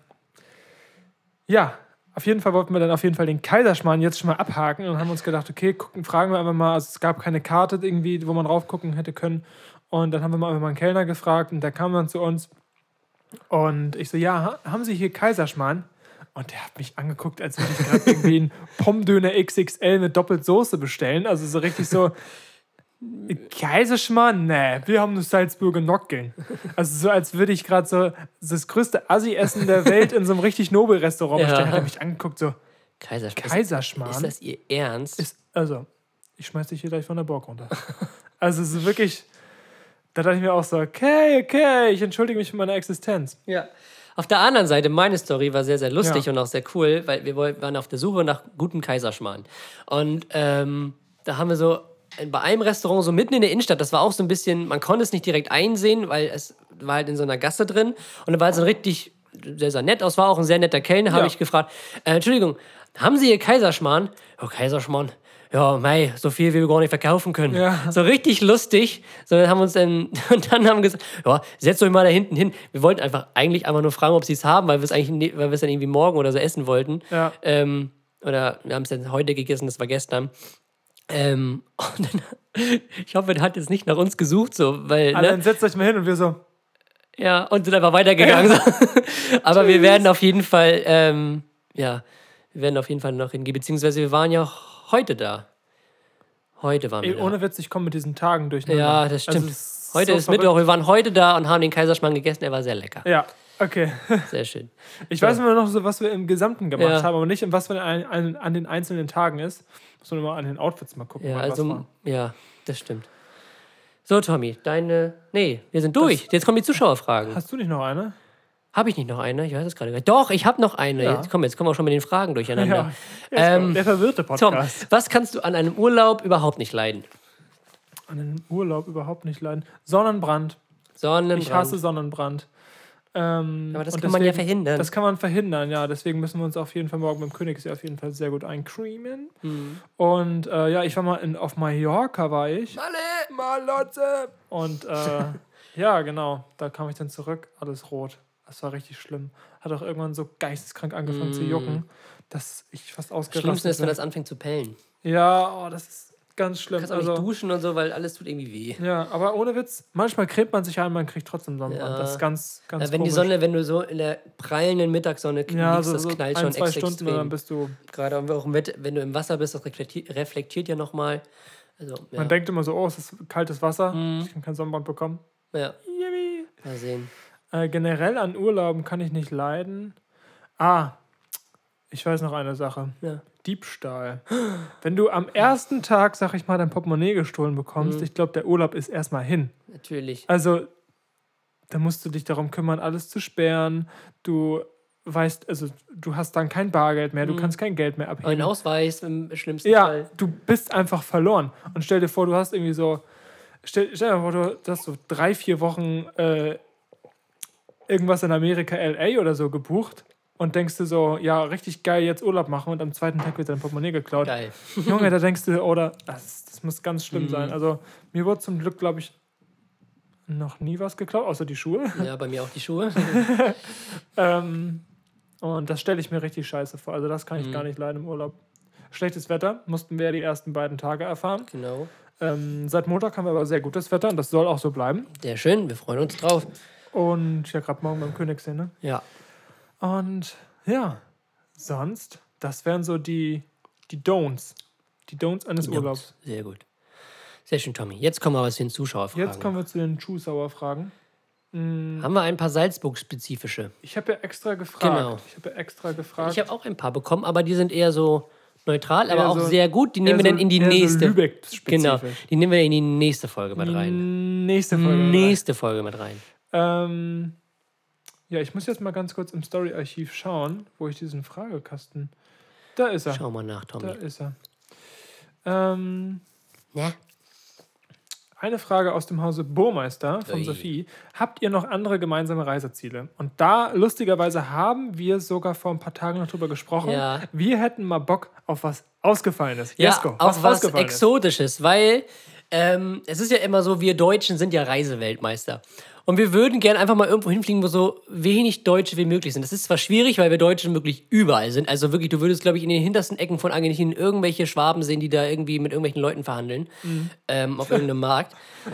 Speaker 1: ja, auf jeden Fall wollten wir dann auf jeden Fall den Kaiserschmarrn jetzt schon mal abhaken und haben uns gedacht, okay, gucken, fragen wir einfach mal. Also es gab keine Karte irgendwie, wo man drauf gucken hätte können. Und dann haben wir mal einfach mal einen Kellner gefragt und der kam dann zu uns. Und ich so, ja, ha- haben Sie hier Kaiserschmarrn? Und der hat mich angeguckt, als würde ich gerade irgendwie einen Pommdöner X X L mit doppelt Soße bestellen. Also so richtig so, Kaiserschmarrn? Nee, wir haben nur Salzburger Nockeln. Also so, als würde ich gerade so das größte Assi-Essen der Welt in so einem richtig Nobel-Restaurant
Speaker 2: Ja.
Speaker 1: bestellen. Hat er mich angeguckt, so,
Speaker 2: Kaiserschmarrn.
Speaker 1: Kaiserschmarrn?
Speaker 2: Ist das Ihr Ernst?
Speaker 1: Ist, also, ich schmeiß dich hier gleich von der Burg runter. Also so wirklich, da dachte ich mir auch so, okay, okay, ich entschuldige mich für meine Existenz.
Speaker 2: Ja. Auf der anderen Seite, meine Story war sehr, sehr lustig
Speaker 1: Ja.
Speaker 2: und auch sehr cool, weil wir wollten- waren auf der Suche nach gutem Kaiserschmarrn. Und ähm, da haben wir so bei einem Restaurant so mitten in der Innenstadt, das war auch so ein bisschen, man konnte es nicht direkt einsehen, weil es war halt in so einer Gasse drin. Und da war halt so ein richtig, sehr, sehr nett aus, war auch ein sehr netter Kellner, habe
Speaker 1: Ja.
Speaker 2: ich gefragt, äh, Entschuldigung, haben Sie hier Kaiserschmarrn? Ja, Kaiserschmarrn. Ja, mei, so viel wie wir gar nicht verkaufen können.
Speaker 1: Ja.
Speaker 2: So richtig lustig. So, dann haben wir uns dann, und dann haben wir gesagt, ja, setzt euch mal da hinten hin. Wir wollten einfach eigentlich einfach nur fragen, ob sie es haben, weil wir es eigentlich, ne- weil wir es dann irgendwie morgen oder so essen wollten.
Speaker 1: Ja.
Speaker 2: Ähm, oder wir haben es dann heute gegessen, das war gestern. Ähm, und dann, ich hoffe, der hat jetzt nicht nach uns gesucht, so, weil,
Speaker 1: Also
Speaker 2: ne?
Speaker 1: dann setzt euch mal hin und wir so,
Speaker 2: Ja, und sind einfach weitergegangen. So. Aber wir werden auf jeden Fall, ähm, ja, wir werden auf jeden Fall noch hingehen, beziehungsweise wir waren ja heute da. Heute waren wir
Speaker 1: ey,
Speaker 2: da.
Speaker 1: ohne Witz, ich komme mit diesen Tagen durch.
Speaker 2: Ja, das stimmt.
Speaker 1: Also, es
Speaker 2: Heute
Speaker 1: so
Speaker 2: ist
Speaker 1: verrückt.
Speaker 2: Mittwoch, wir waren heute da und haben den Kaiserschmarrn gegessen, er war sehr lecker.
Speaker 1: Ja, okay.
Speaker 2: Sehr schön.
Speaker 1: Ich weiß immer noch so, was wir im Gesamten gemacht
Speaker 2: Ja.
Speaker 1: haben, aber nicht, was wir an, an, an den einzelnen Tagen ist. Muss man immer an den Outfits mal gucken.
Speaker 2: Ja,
Speaker 1: wann was
Speaker 2: also,
Speaker 1: war.
Speaker 2: ja, das stimmt. So, Tommy, deine. Nee, wir sind durch. Jetzt kommen die Zuschauerfragen.
Speaker 1: Hast du nicht noch eine?
Speaker 2: Habe ich nicht noch eine? Ich weiß es gerade gar nicht. Doch, ich habe noch eine.
Speaker 1: Ja.
Speaker 2: Jetzt, komm, jetzt kommen wir auch schon mit den Fragen durcheinander.
Speaker 1: Ja.
Speaker 2: Ähm,
Speaker 1: Der verwirrte
Speaker 2: Tom,
Speaker 1: Podcast.
Speaker 2: was kannst du an einem Urlaub überhaupt nicht leiden?
Speaker 1: An den Urlaub überhaupt nicht leiden. Sonnenbrand.
Speaker 2: Sonnenbrand.
Speaker 1: Ich hasse Sonnenbrand. Ähm,
Speaker 2: Aber das
Speaker 1: und
Speaker 2: kann man ja
Speaker 1: deswegen-
Speaker 2: verhindern.
Speaker 1: Das kann man verhindern, ja. Deswegen müssen wir uns auf jeden Fall morgen beim Königssee auf jeden Fall sehr gut eincremen.
Speaker 2: Mhm.
Speaker 1: Und äh, ja, ich war mal in, auf Mallorca, war ich.
Speaker 2: Malle!
Speaker 1: Malotze! Und äh, ja, genau, da kam ich dann zurück, alles rot. Das war richtig schlimm. Hat auch irgendwann so geisteskrank angefangen zu jucken, dass ich fast
Speaker 2: Das
Speaker 1: ausgerastet
Speaker 2: Schlimmste ist, wenn
Speaker 1: bin.
Speaker 2: das anfängt zu pellen.
Speaker 1: Ja, oh, das ist ganz
Speaker 2: Du
Speaker 1: schlimm.
Speaker 2: kannst auch
Speaker 1: Also,
Speaker 2: nicht duschen und so, weil alles tut irgendwie weh.
Speaker 1: ja, aber ohne Witz, manchmal cremt man sich ein, man kriegt trotzdem Sonnenbrand.
Speaker 2: Ja.
Speaker 1: Das ist ganz, ganz
Speaker 2: Äh, wenn die
Speaker 1: komisch.
Speaker 2: Sonne, wenn du so in der prallenden Mittagssonne
Speaker 1: ja,
Speaker 2: liegst,
Speaker 1: so,
Speaker 2: das
Speaker 1: so
Speaker 2: knallt
Speaker 1: ein,
Speaker 2: schon
Speaker 1: zwei
Speaker 2: ex
Speaker 1: Stunden und dann
Speaker 2: extrem.
Speaker 1: bist du.
Speaker 2: Gerade auch mit, wenn du im Wasser bist, das reflektiert, reflektiert ja nochmal. Also, ja.
Speaker 1: Man denkt immer so, oh, es ist kaltes Wasser,
Speaker 2: Mhm.
Speaker 1: ich kann keinen Sonnenbrand bekommen.
Speaker 2: ja.
Speaker 1: Yippie.
Speaker 2: Mal sehen.
Speaker 1: Äh, generell an Urlauben kann ich nicht leiden. Ah, ich weiß noch eine Sache.
Speaker 2: Ja.
Speaker 1: Diebstahl. Wenn du am ersten Tag, sag ich mal, dein Portemonnaie gestohlen bekommst,
Speaker 2: Mhm.
Speaker 1: ich glaube, der Urlaub ist erstmal hin.
Speaker 2: Natürlich.
Speaker 1: Also, da musst du dich darum kümmern, alles zu sperren. Du weißt, also, du hast dann kein Bargeld mehr, du
Speaker 2: Mhm.
Speaker 1: kannst kein Geld mehr
Speaker 2: Ein
Speaker 1: abheben.
Speaker 2: Ausweis im schlimmsten
Speaker 1: Ja,
Speaker 2: Fall.
Speaker 1: du bist einfach verloren. Und stell dir vor, du hast irgendwie so, stell, stell dir vor, du hast so drei, vier Wochen äh, irgendwas in Amerika, L A oder so gebucht und denkst du so, ja, richtig geil, jetzt Urlaub machen und am zweiten Tag wird dein Portemonnaie geklaut.
Speaker 2: Geil.
Speaker 1: Junge, da denkst du, oder, das, das muss ganz schlimm
Speaker 2: Mhm.
Speaker 1: sein. Also, mir wurde zum Glück, glaube ich, noch nie was geklaut, außer die Schuhe.
Speaker 2: Ja, bei mir auch die Schuhe.
Speaker 1: Ähm, und das stelle ich mir richtig scheiße vor. Also, das kann ich
Speaker 2: Mhm.
Speaker 1: gar nicht leiden im Urlaub. Schlechtes Wetter mussten wir ja die ersten beiden Tage erfahren.
Speaker 2: Genau.
Speaker 1: Ähm, seit Montag haben wir aber sehr gutes Wetter und das soll auch so bleiben.
Speaker 2: Sehr schön, wir freuen uns drauf.
Speaker 1: Und ja, gerade morgen beim Königssee, ne?
Speaker 2: Ja.
Speaker 1: Und ja, sonst, das wären so die, die Don'ts. Die Don'ts eines Urlaubs.
Speaker 2: Sehr gut. Sehr schön, Tommy. Jetzt kommen wir aber zu den Zuschauerfragen.
Speaker 1: Jetzt kommen wir zu den Zuschauerfragen. Mm,
Speaker 2: Haben wir ein paar Salzburg-spezifische.
Speaker 1: Ich habe ja extra gefragt.
Speaker 2: Genau.
Speaker 1: Ich habe ja extra gefragt.
Speaker 2: Ich habe auch ein paar bekommen, aber die sind eher so neutral, aber
Speaker 1: Eher
Speaker 2: auch
Speaker 1: so-
Speaker 2: sehr gut. Die nehmen wir
Speaker 1: eher
Speaker 2: dann in die
Speaker 1: eher
Speaker 2: nächste.
Speaker 1: So Lübeck-spezifisch.
Speaker 2: Genau. Die nehmen wir in die nächste Folge mit rein.
Speaker 1: Nächste Folge.
Speaker 2: Nächste Folge mit rein.
Speaker 1: Ähm, ja, ich muss jetzt mal ganz kurz im Story-Archiv schauen, wo ich diesen Fragekasten... Da ist er.
Speaker 2: Schau mal nach, Tommy.
Speaker 1: Da ist er. Ähm,
Speaker 2: Ja.
Speaker 1: eine Frage aus dem Hause Burmeister von
Speaker 2: Ui.
Speaker 1: Sophie. Habt ihr noch andere gemeinsame Reiseziele? Und da, lustigerweise, haben wir sogar vor ein paar Tagen noch drüber gesprochen.
Speaker 2: Ja.
Speaker 1: Wir hätten mal Bock auf was Ausgefallenes.
Speaker 2: Ja,
Speaker 1: Jesko,
Speaker 2: auf was
Speaker 1: Ausgefallenes.
Speaker 2: Exotisches, weil ähm, es ist ja immer so, wir Deutschen sind ja Reiseweltmeister. Und wir würden gerne einfach mal irgendwo hinfliegen, wo so wenig Deutsche wie möglich sind. Das ist zwar schwierig, weil wir Deutschen wirklich überall sind. Also wirklich, du würdest, glaube ich, in den hintersten Ecken von Argentinien irgendwelche Schwaben sehen, die da irgendwie mit irgendwelchen Leuten verhandeln.
Speaker 1: Mhm.
Speaker 2: Ähm, auf irgendeinem Markt.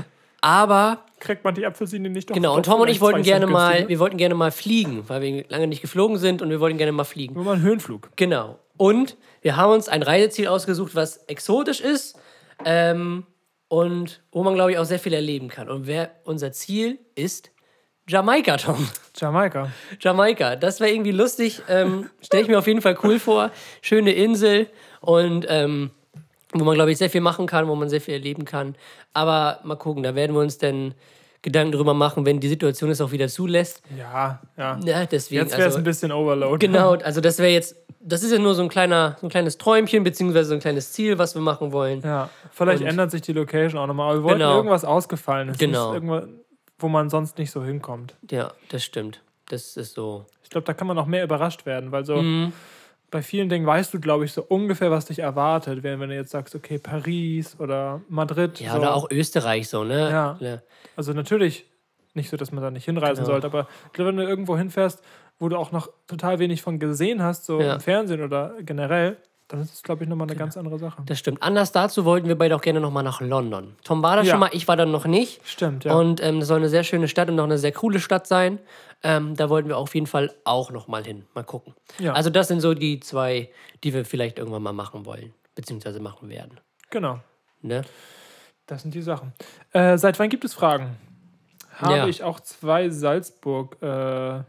Speaker 2: Aber,
Speaker 1: Kriegt man die Apfelsine nicht doch
Speaker 2: genau, und
Speaker 1: doch
Speaker 2: Tom und ich
Speaker 1: vielleicht
Speaker 2: wollten
Speaker 1: zwei
Speaker 2: gerne
Speaker 1: Cent
Speaker 2: mal,
Speaker 1: günstiger?
Speaker 2: wir wollten gerne mal fliegen, weil wir lange nicht geflogen sind und wir wollten gerne mal fliegen.
Speaker 1: Nur mal einen Höhenflug.
Speaker 2: Genau. Und wir haben uns ein Reiseziel ausgesucht, was exotisch ist ähm, und wo man, glaube ich, auch sehr viel erleben kann. Und wer, unser Ziel ist Jamaika, Tom.
Speaker 1: Jamaika.
Speaker 2: Jamaika. Das wäre irgendwie lustig. Ähm, Stelle ich mir auf jeden Fall cool vor. Schöne Insel und ähm, wo man, glaube ich, sehr viel machen kann, wo man sehr viel erleben kann. Aber mal gucken, da werden wir uns dann Gedanken drüber machen, wenn die Situation es auch wieder zulässt.
Speaker 1: Ja, ja.
Speaker 2: Ja, deswegen,
Speaker 1: Jetzt wäre es
Speaker 2: also,
Speaker 1: ein bisschen Overload.
Speaker 2: genau, also das wäre jetzt, das ist ja nur so ein kleiner, so ein kleines Träumchen, beziehungsweise so ein kleines Ziel, was wir machen wollen.
Speaker 1: Ja, vielleicht
Speaker 2: Und-
Speaker 1: ändert sich die Location auch nochmal. Aber wir wollten
Speaker 2: Genau.
Speaker 1: irgendwas Ausgefallenes.
Speaker 2: Genau.
Speaker 1: Nicht irgendwas, wo man sonst nicht so hinkommt.
Speaker 2: Ja, das stimmt. Das ist so.
Speaker 1: Ich glaube, da kann man noch mehr überrascht werden, weil so
Speaker 2: Mhm.
Speaker 1: bei vielen Dingen weißt du, glaube ich, so ungefähr, was dich erwartet. Wenn, wenn du jetzt sagst, okay, Paris oder Madrid.
Speaker 2: Ja,
Speaker 1: so.
Speaker 2: oder auch Österreich so, ne?
Speaker 1: Ja.
Speaker 2: Ja.
Speaker 1: Also natürlich nicht so, dass man da nicht hinreisen
Speaker 2: Genau.
Speaker 1: sollte, aber ich glaube, wenn du irgendwo hinfährst, wo du auch noch total wenig von gesehen hast, so
Speaker 2: Ja.
Speaker 1: im Fernsehen oder generell, dann ist es, glaube ich, nochmal eine ganz andere Sache.
Speaker 2: Das stimmt. Anders dazu wollten wir beide auch gerne nochmal nach London. Tom war da
Speaker 1: Ja.
Speaker 2: schon mal, ich war da noch nicht.
Speaker 1: Stimmt, ja.
Speaker 2: Und ähm, das soll eine sehr schöne Stadt und auch eine sehr coole Stadt sein. Ähm, da wollten wir auf jeden Fall auch nochmal hin. Mal gucken.
Speaker 1: Ja.
Speaker 2: Also das sind so die zwei, die wir vielleicht irgendwann mal machen wollen. Beziehungsweise machen werden.
Speaker 1: Genau.
Speaker 2: Ne?
Speaker 1: Das sind die Sachen. Äh, seit wann gibt es Fragen? Habe
Speaker 2: Ja.
Speaker 1: ich auch zwei Salzburg-Fragen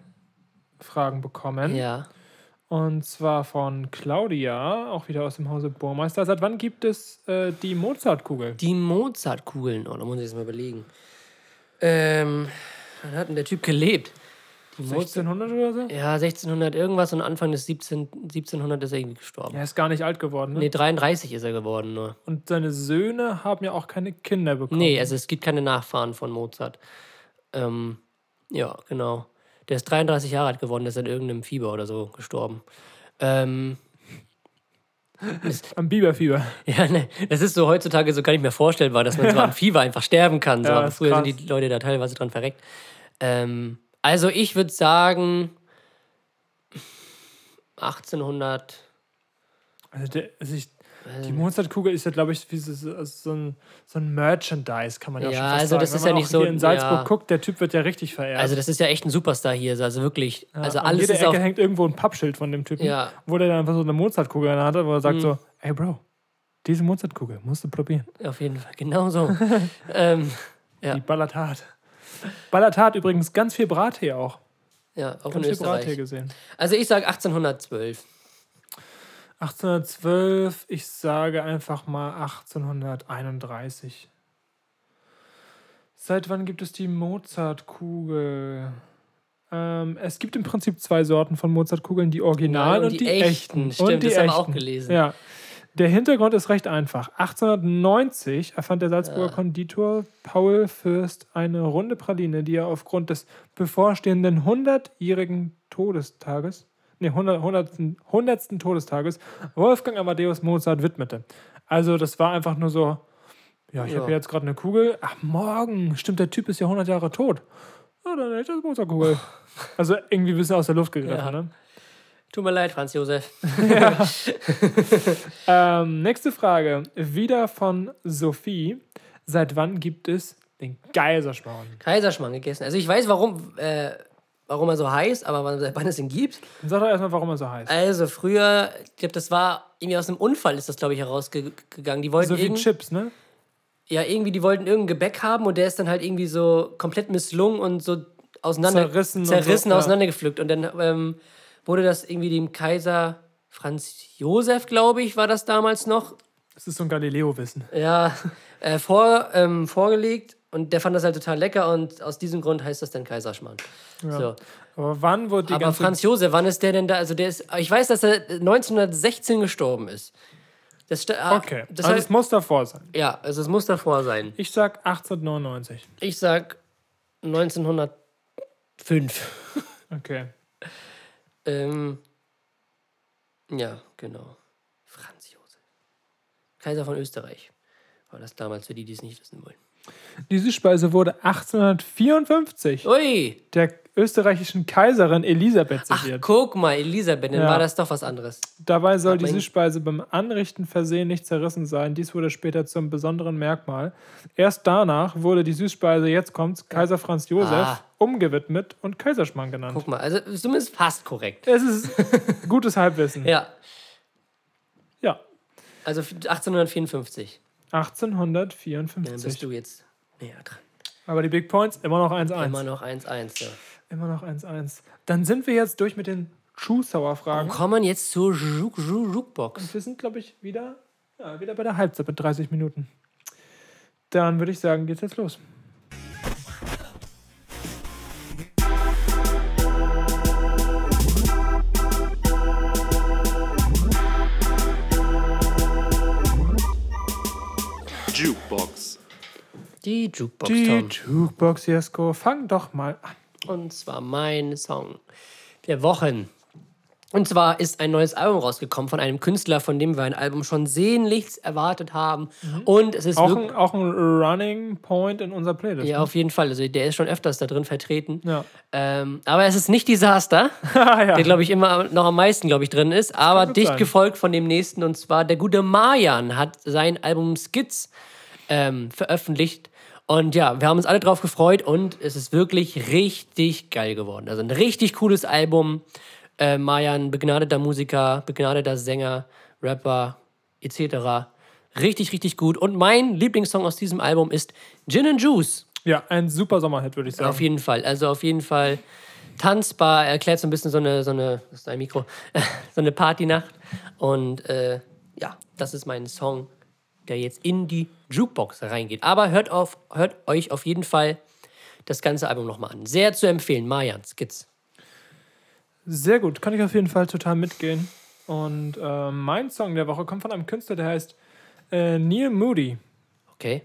Speaker 1: bekommen.
Speaker 2: Ja.
Speaker 1: Und zwar von Claudia, auch wieder aus dem Hause Burmeister. Seit wann gibt es äh, die Mozartkugel?
Speaker 2: Die Mozartkugeln. Oh, da muss ich jetzt mal überlegen. Ähm, wann hat denn der Typ gelebt? Die Mozart
Speaker 1: sechzehnhundert oder so?
Speaker 2: ja, sechzehnhundert irgendwas und Anfang des siebzehn siebzehnhundert ist er irgendwie gestorben.
Speaker 1: Er ist gar nicht alt geworden, ne?
Speaker 2: Nee, dreiunddreißig ist er geworden nur.
Speaker 1: Und seine Söhne haben ja auch keine Kinder bekommen.
Speaker 2: Nee, also es gibt keine Nachfahren von Mozart. Ähm, ja, genau. Der ist dreiunddreißig Jahre alt geworden, der ist an irgendeinem Fieber oder so gestorben. Ähm,
Speaker 1: Am Biberfieber.
Speaker 2: ja, ne, das ist so heutzutage so gar nicht mehr vorstellbar, dass man so am Fieber einfach sterben kann. So.
Speaker 1: Ja,
Speaker 2: Aber
Speaker 1: ist
Speaker 2: früher
Speaker 1: krass.
Speaker 2: sind die Leute da teilweise dran verreckt. Ähm, also ich würde sagen achtzehnhundert.
Speaker 1: Also, der, also ich, die Mozartkugel ist ja, glaube ich, wie so, so, so, ein, so ein Merchandise, kann man ja,
Speaker 2: Ja,
Speaker 1: schon fast
Speaker 2: also
Speaker 1: sagen.
Speaker 2: das
Speaker 1: Wenn
Speaker 2: ist
Speaker 1: man
Speaker 2: ja nicht
Speaker 1: auch
Speaker 2: so-
Speaker 1: hier in Salzburg
Speaker 2: ja.
Speaker 1: guckt, der Typ wird ja richtig verehrt.
Speaker 2: Also das ist ja echt ein Superstar hier. Also wirklich,
Speaker 1: Ja,
Speaker 2: also
Speaker 1: an
Speaker 2: alles
Speaker 1: jeder
Speaker 2: ist
Speaker 1: Ecke
Speaker 2: auf...
Speaker 1: hängt irgendwo ein Pappschild von dem Typen,
Speaker 2: Ja.
Speaker 1: wo der dann einfach so eine Mozartkugel in der Hand hat, wo er sagt
Speaker 2: Mhm.
Speaker 1: so, ey Bro, diese Mozartkugel musst du probieren.
Speaker 2: Auf jeden Fall, genau so. ähm, Ja.
Speaker 1: Die ballert hart. Ballert hart übrigens ganz viel Brattee auch.
Speaker 2: ja, auch in
Speaker 1: Ganz viel Brattee
Speaker 2: Österreich.
Speaker 1: gesehen.
Speaker 2: Also ich sage achtzehnhundertzwölf.
Speaker 1: achtzehnhundertzwölf, ich sage einfach mal achtzehnhunderteinunddreißig. Seit wann gibt es die Mozartkugel? Ähm, es gibt im Prinzip zwei Sorten von Mozartkugeln, die Original
Speaker 2: Ja,
Speaker 1: und, die, echten.
Speaker 2: Stimmt,
Speaker 1: und die
Speaker 2: das haben wir auch
Speaker 1: echten.
Speaker 2: gelesen.
Speaker 1: Ja. Der Hintergrund ist recht einfach. achtzehnhundertneunzig erfand der Salzburger Konditor Paul Fürst eine runde Praline, die er aufgrund des bevorstehenden hundertjährigen Todestages, nee, hundert, hundertsten, hundertsten Todestages Wolfgang Amadeus Mozart widmete. Also das war einfach nur so, ja, ich
Speaker 2: Ja.
Speaker 1: habe jetzt gerade eine Kugel. Ach, morgen, stimmt, der Typ ist ja hundert Jahre tot. Ja, dann hätte ich das Mozartkugel. Also irgendwie ein bisschen aus der Luft gegriffen,
Speaker 2: Ja.
Speaker 1: ne?
Speaker 2: Tut mir leid, Franz Josef.
Speaker 1: Ähm, nächste Frage. Wieder von Sophie. Seit wann gibt es den Geiserschmarrn?
Speaker 2: Kaiserschmarrn gegessen. Also ich weiß, warum, äh, warum er so heißt, aber wann, wann es ihn gibt.
Speaker 1: Dann sag doch erstmal, warum er so heißt.
Speaker 2: Also früher, ich glaube, das war irgendwie aus einem Unfall ist das, glaube ich, herausgegangen. Die wollten
Speaker 1: So wie
Speaker 2: irgend-
Speaker 1: Chips, ne?
Speaker 2: ja, irgendwie, die wollten irgendein Gebäck haben und der ist dann halt irgendwie so komplett misslungen und so auseinander,
Speaker 1: Zerrissen und
Speaker 2: zerrissen
Speaker 1: so, ja.
Speaker 2: auseinandergepflückt. Und dann ähm, wurde das irgendwie dem Kaiser Franz Josef, glaube ich, war das damals noch,
Speaker 1: Das ist so ein Galileo-Wissen.
Speaker 2: ja, äh, vor, ähm, vorgelegt. Und der fand das halt total lecker und aus diesem Grund heißt das dann Kaiserschmarrn.
Speaker 1: Ja.
Speaker 2: So.
Speaker 1: Aber wann wurde die
Speaker 2: Aber
Speaker 1: ganze...
Speaker 2: Franz Josef, wann ist der denn da? Also der ist, ich weiß, dass er neunzehnhundertsechzehn gestorben ist. Das, sta- ah,
Speaker 1: Okay,
Speaker 2: das
Speaker 1: also
Speaker 2: heißt,
Speaker 1: es muss davor sein.
Speaker 2: ja, also es muss davor sein.
Speaker 1: Ich sag achtzehnhundertneunundneunzig.
Speaker 2: Ich sag neunzehnhundertfünf.
Speaker 1: Okay.
Speaker 2: ähm, ja, genau. Franz Josef. Kaiser von Österreich. War das damals für die, die es nicht wissen wollen.
Speaker 1: Die Süßspeise wurde achtzehnhundertvierundfünfzig
Speaker 2: Ui!
Speaker 1: der österreichischen Kaiserin Elisabeth
Speaker 2: Ach,
Speaker 1: serviert.
Speaker 2: guck mal, Elisabeth, dann
Speaker 1: Ja.
Speaker 2: war das doch was anderes.
Speaker 1: Dabei soll
Speaker 2: Hat
Speaker 1: die
Speaker 2: mein-
Speaker 1: Süßspeise beim Anrichten versehen nicht zerrissen sein. Dies wurde später zum besonderen Merkmal. Erst danach wurde die Süßspeise, jetzt kommt's, Kaiser Franz Josef,
Speaker 2: Ah.
Speaker 1: umgewidmet und Kaiserschmarrn genannt.
Speaker 2: Guck mal, also zumindest fast korrekt.
Speaker 1: Es ist gutes Halbwissen.
Speaker 2: Ja,
Speaker 1: Ja,
Speaker 2: also achtzehnhundertvierundfünfzig. Dann bist
Speaker 1: achtzehnhundertvierundfünfzig.
Speaker 2: du jetzt näher dran.
Speaker 1: Aber die Big Points immer noch eins eins.
Speaker 2: Immer noch eins eins. Ja.
Speaker 1: Immer noch eins eins. Dann sind wir jetzt durch mit den True-Sauer-Fragen.
Speaker 2: Und kommen jetzt zur Juk- Juk- Jukebox.
Speaker 1: Wir sind, glaube ich, wieder, ja, wieder bei der Halbzeit mit dreißig Minuten. Dann würde ich sagen, geht's jetzt los.
Speaker 3: Jukebox.
Speaker 2: Die Jukebox,
Speaker 1: Die
Speaker 2: Tom.
Speaker 1: Jukebox, Jesko. Fang doch mal an.
Speaker 2: Und zwar mein Song der Wochen. Und zwar ist ein neues Album rausgekommen von einem Künstler, von dem wir ein Album schon sehnlichst erwartet haben. Und es ist
Speaker 1: Auch
Speaker 2: wirklich...
Speaker 1: ein, auch ein Running Point in unserer Playlist.
Speaker 2: Ja, auf jeden Fall. Also der ist schon öfters da drin vertreten.
Speaker 1: Ja.
Speaker 2: Ähm, aber es ist nicht Disaster,
Speaker 1: ja.
Speaker 2: der, glaube ich, immer noch am meisten, glaube ich, drin ist. Aber
Speaker 1: gut
Speaker 2: dicht
Speaker 1: sein.
Speaker 2: gefolgt von dem nächsten. Und zwar der gute Marjan hat sein Album Skits ähm, veröffentlicht. Und ja, wir haben uns alle drauf gefreut und es ist wirklich richtig geil geworden. Also ein richtig cooles Album. Äh, Marjan, begnadeter Musiker, begnadeter Sänger, Rapper et cetera. Richtig, richtig gut. Und mein Lieblingssong aus diesem Album ist Gin and Juice.
Speaker 1: Ja, ein super Sommerhit, würde ich sagen.
Speaker 2: Auf jeden Fall. Also auf jeden Fall tanzbar. Erklärt so ein bisschen so eine, so eine, das ist ein Mikro, so eine Partynacht. Und äh, ja, das ist mein Song, der jetzt in die Jukebox reingeht. Aber hört, auf, hört euch auf jeden Fall das ganze Album nochmal an. Sehr zu empfehlen. Marjan Skits.
Speaker 1: Sehr gut, kann ich auf jeden Fall total mitgehen. Und äh, mein Song der Woche kommt von einem Künstler, der heißt äh, Neil Moody.
Speaker 2: Okay.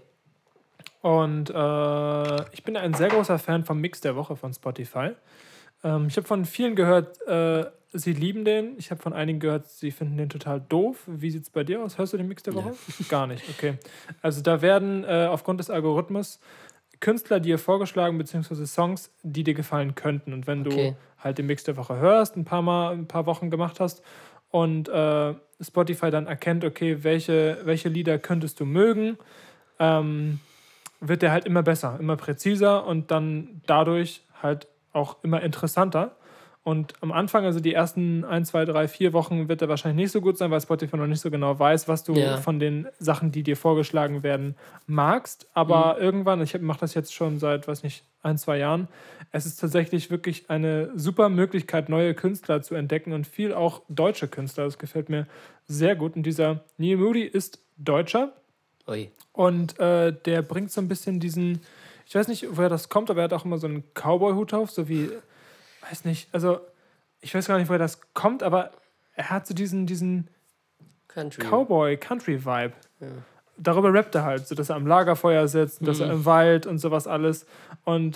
Speaker 1: Und äh, ich bin ein sehr großer Fan vom Mix der Woche von Spotify. Ähm, ich habe von vielen gehört, äh, sie lieben den. Ich habe von einigen gehört, sie finden den total doof. Wie sieht es bei dir aus? Hörst du den Mix der Woche? Gar nicht, okay. Also da werden äh, aufgrund des Algorithmus Künstler dir vorgeschlagen, beziehungsweise Songs, die dir gefallen könnten. Und wenn
Speaker 2: Okay.
Speaker 1: du halt den Mix der Woche hörst, ein paar Mal, ein paar Wochen gemacht hast und äh, Spotify dann erkennt, okay, welche, welche Lieder könntest du mögen, ähm, wird der halt immer besser, immer präziser und dann dadurch halt auch immer interessanter. Und am Anfang, also die ersten ein, zwei, drei, vier Wochen, wird er wahrscheinlich nicht so gut sein, weil Spotify noch nicht so genau weiß, was du
Speaker 2: Ja.
Speaker 1: von den Sachen, die dir vorgeschlagen werden, magst. Aber irgendwann, ich mache das jetzt schon seit, weiß nicht, ein, zwei Jahren, es ist tatsächlich wirklich eine super Möglichkeit, neue Künstler zu entdecken und viel auch deutsche Künstler. Das gefällt mir sehr gut. Und dieser Neil Moody ist Deutscher.
Speaker 2: Ui.
Speaker 1: Und äh, der bringt so ein bisschen diesen, ich weiß nicht, woher das kommt, aber er hat auch immer so einen Cowboy-Hut auf, so wie, weiß nicht, also ich weiß gar nicht, woher das kommt, aber er hat so diesen, diesen
Speaker 2: Country.
Speaker 1: Cowboy-Country-Vibe. Darüber rappt er halt, so dass er am Lagerfeuer sitzt, dass er im Wald und sowas alles. Und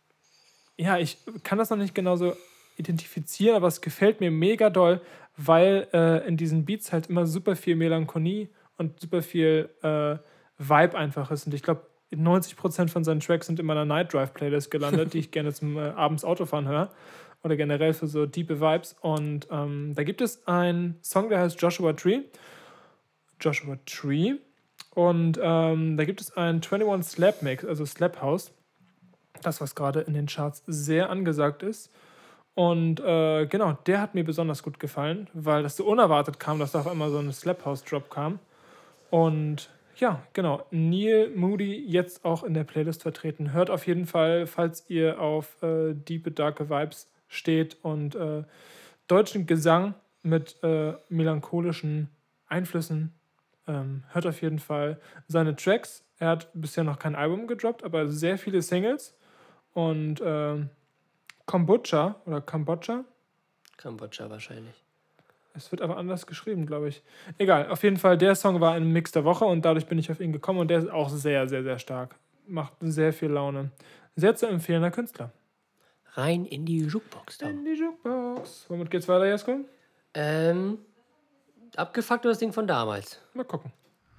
Speaker 1: ja, ich kann das noch nicht genau so identifizieren, aber es gefällt mir mega doll, weil äh, in diesen Beats halt immer super viel Melancholie und super viel äh, Vibe einfach ist. Und ich glaube, neunzig Prozent von seinen Tracks sind in meiner Night Drive Playlist gelandet, die ich gerne zum äh, abends Autofahren höre. Oder generell für so tiefe Vibes. Und ähm, da gibt es einen Song, der heißt Joshua Tree. Joshua Tree. Und ähm, da gibt es einen einundzwanzig Slap Mix, also Slap House. Das, was gerade in den Charts sehr angesagt ist. Und äh, genau, der hat mir besonders gut gefallen, weil das so unerwartet kam, dass da auf einmal so ein Slap House Drop kam. Und ja, genau, Neil Moody jetzt auch in der Playlist vertreten. Hört auf jeden Fall, falls ihr auf äh, diepe, darke Vibes steht und äh, deutschen Gesang mit äh, melancholischen Einflüssen. Ähm, hört auf jeden Fall seine Tracks. Er hat bisher noch kein Album gedroppt, aber sehr viele Singles. Und ähm, Kombucha oder Kambodscha.
Speaker 2: Kambodscha wahrscheinlich.
Speaker 1: Es wird aber anders geschrieben, glaube ich. Egal, auf jeden Fall, der Song war im Mix der Woche und dadurch bin ich auf ihn gekommen und der ist auch sehr, sehr, sehr stark. Macht sehr viel Laune. Sehr zu empfehlender Künstler.
Speaker 2: Rein in die Jukebox. Da.
Speaker 1: In die Jukebox. Womit geht's weiter, Jesko?
Speaker 2: Ähm, abgefuckt oder das Ding von damals?
Speaker 1: Mal gucken.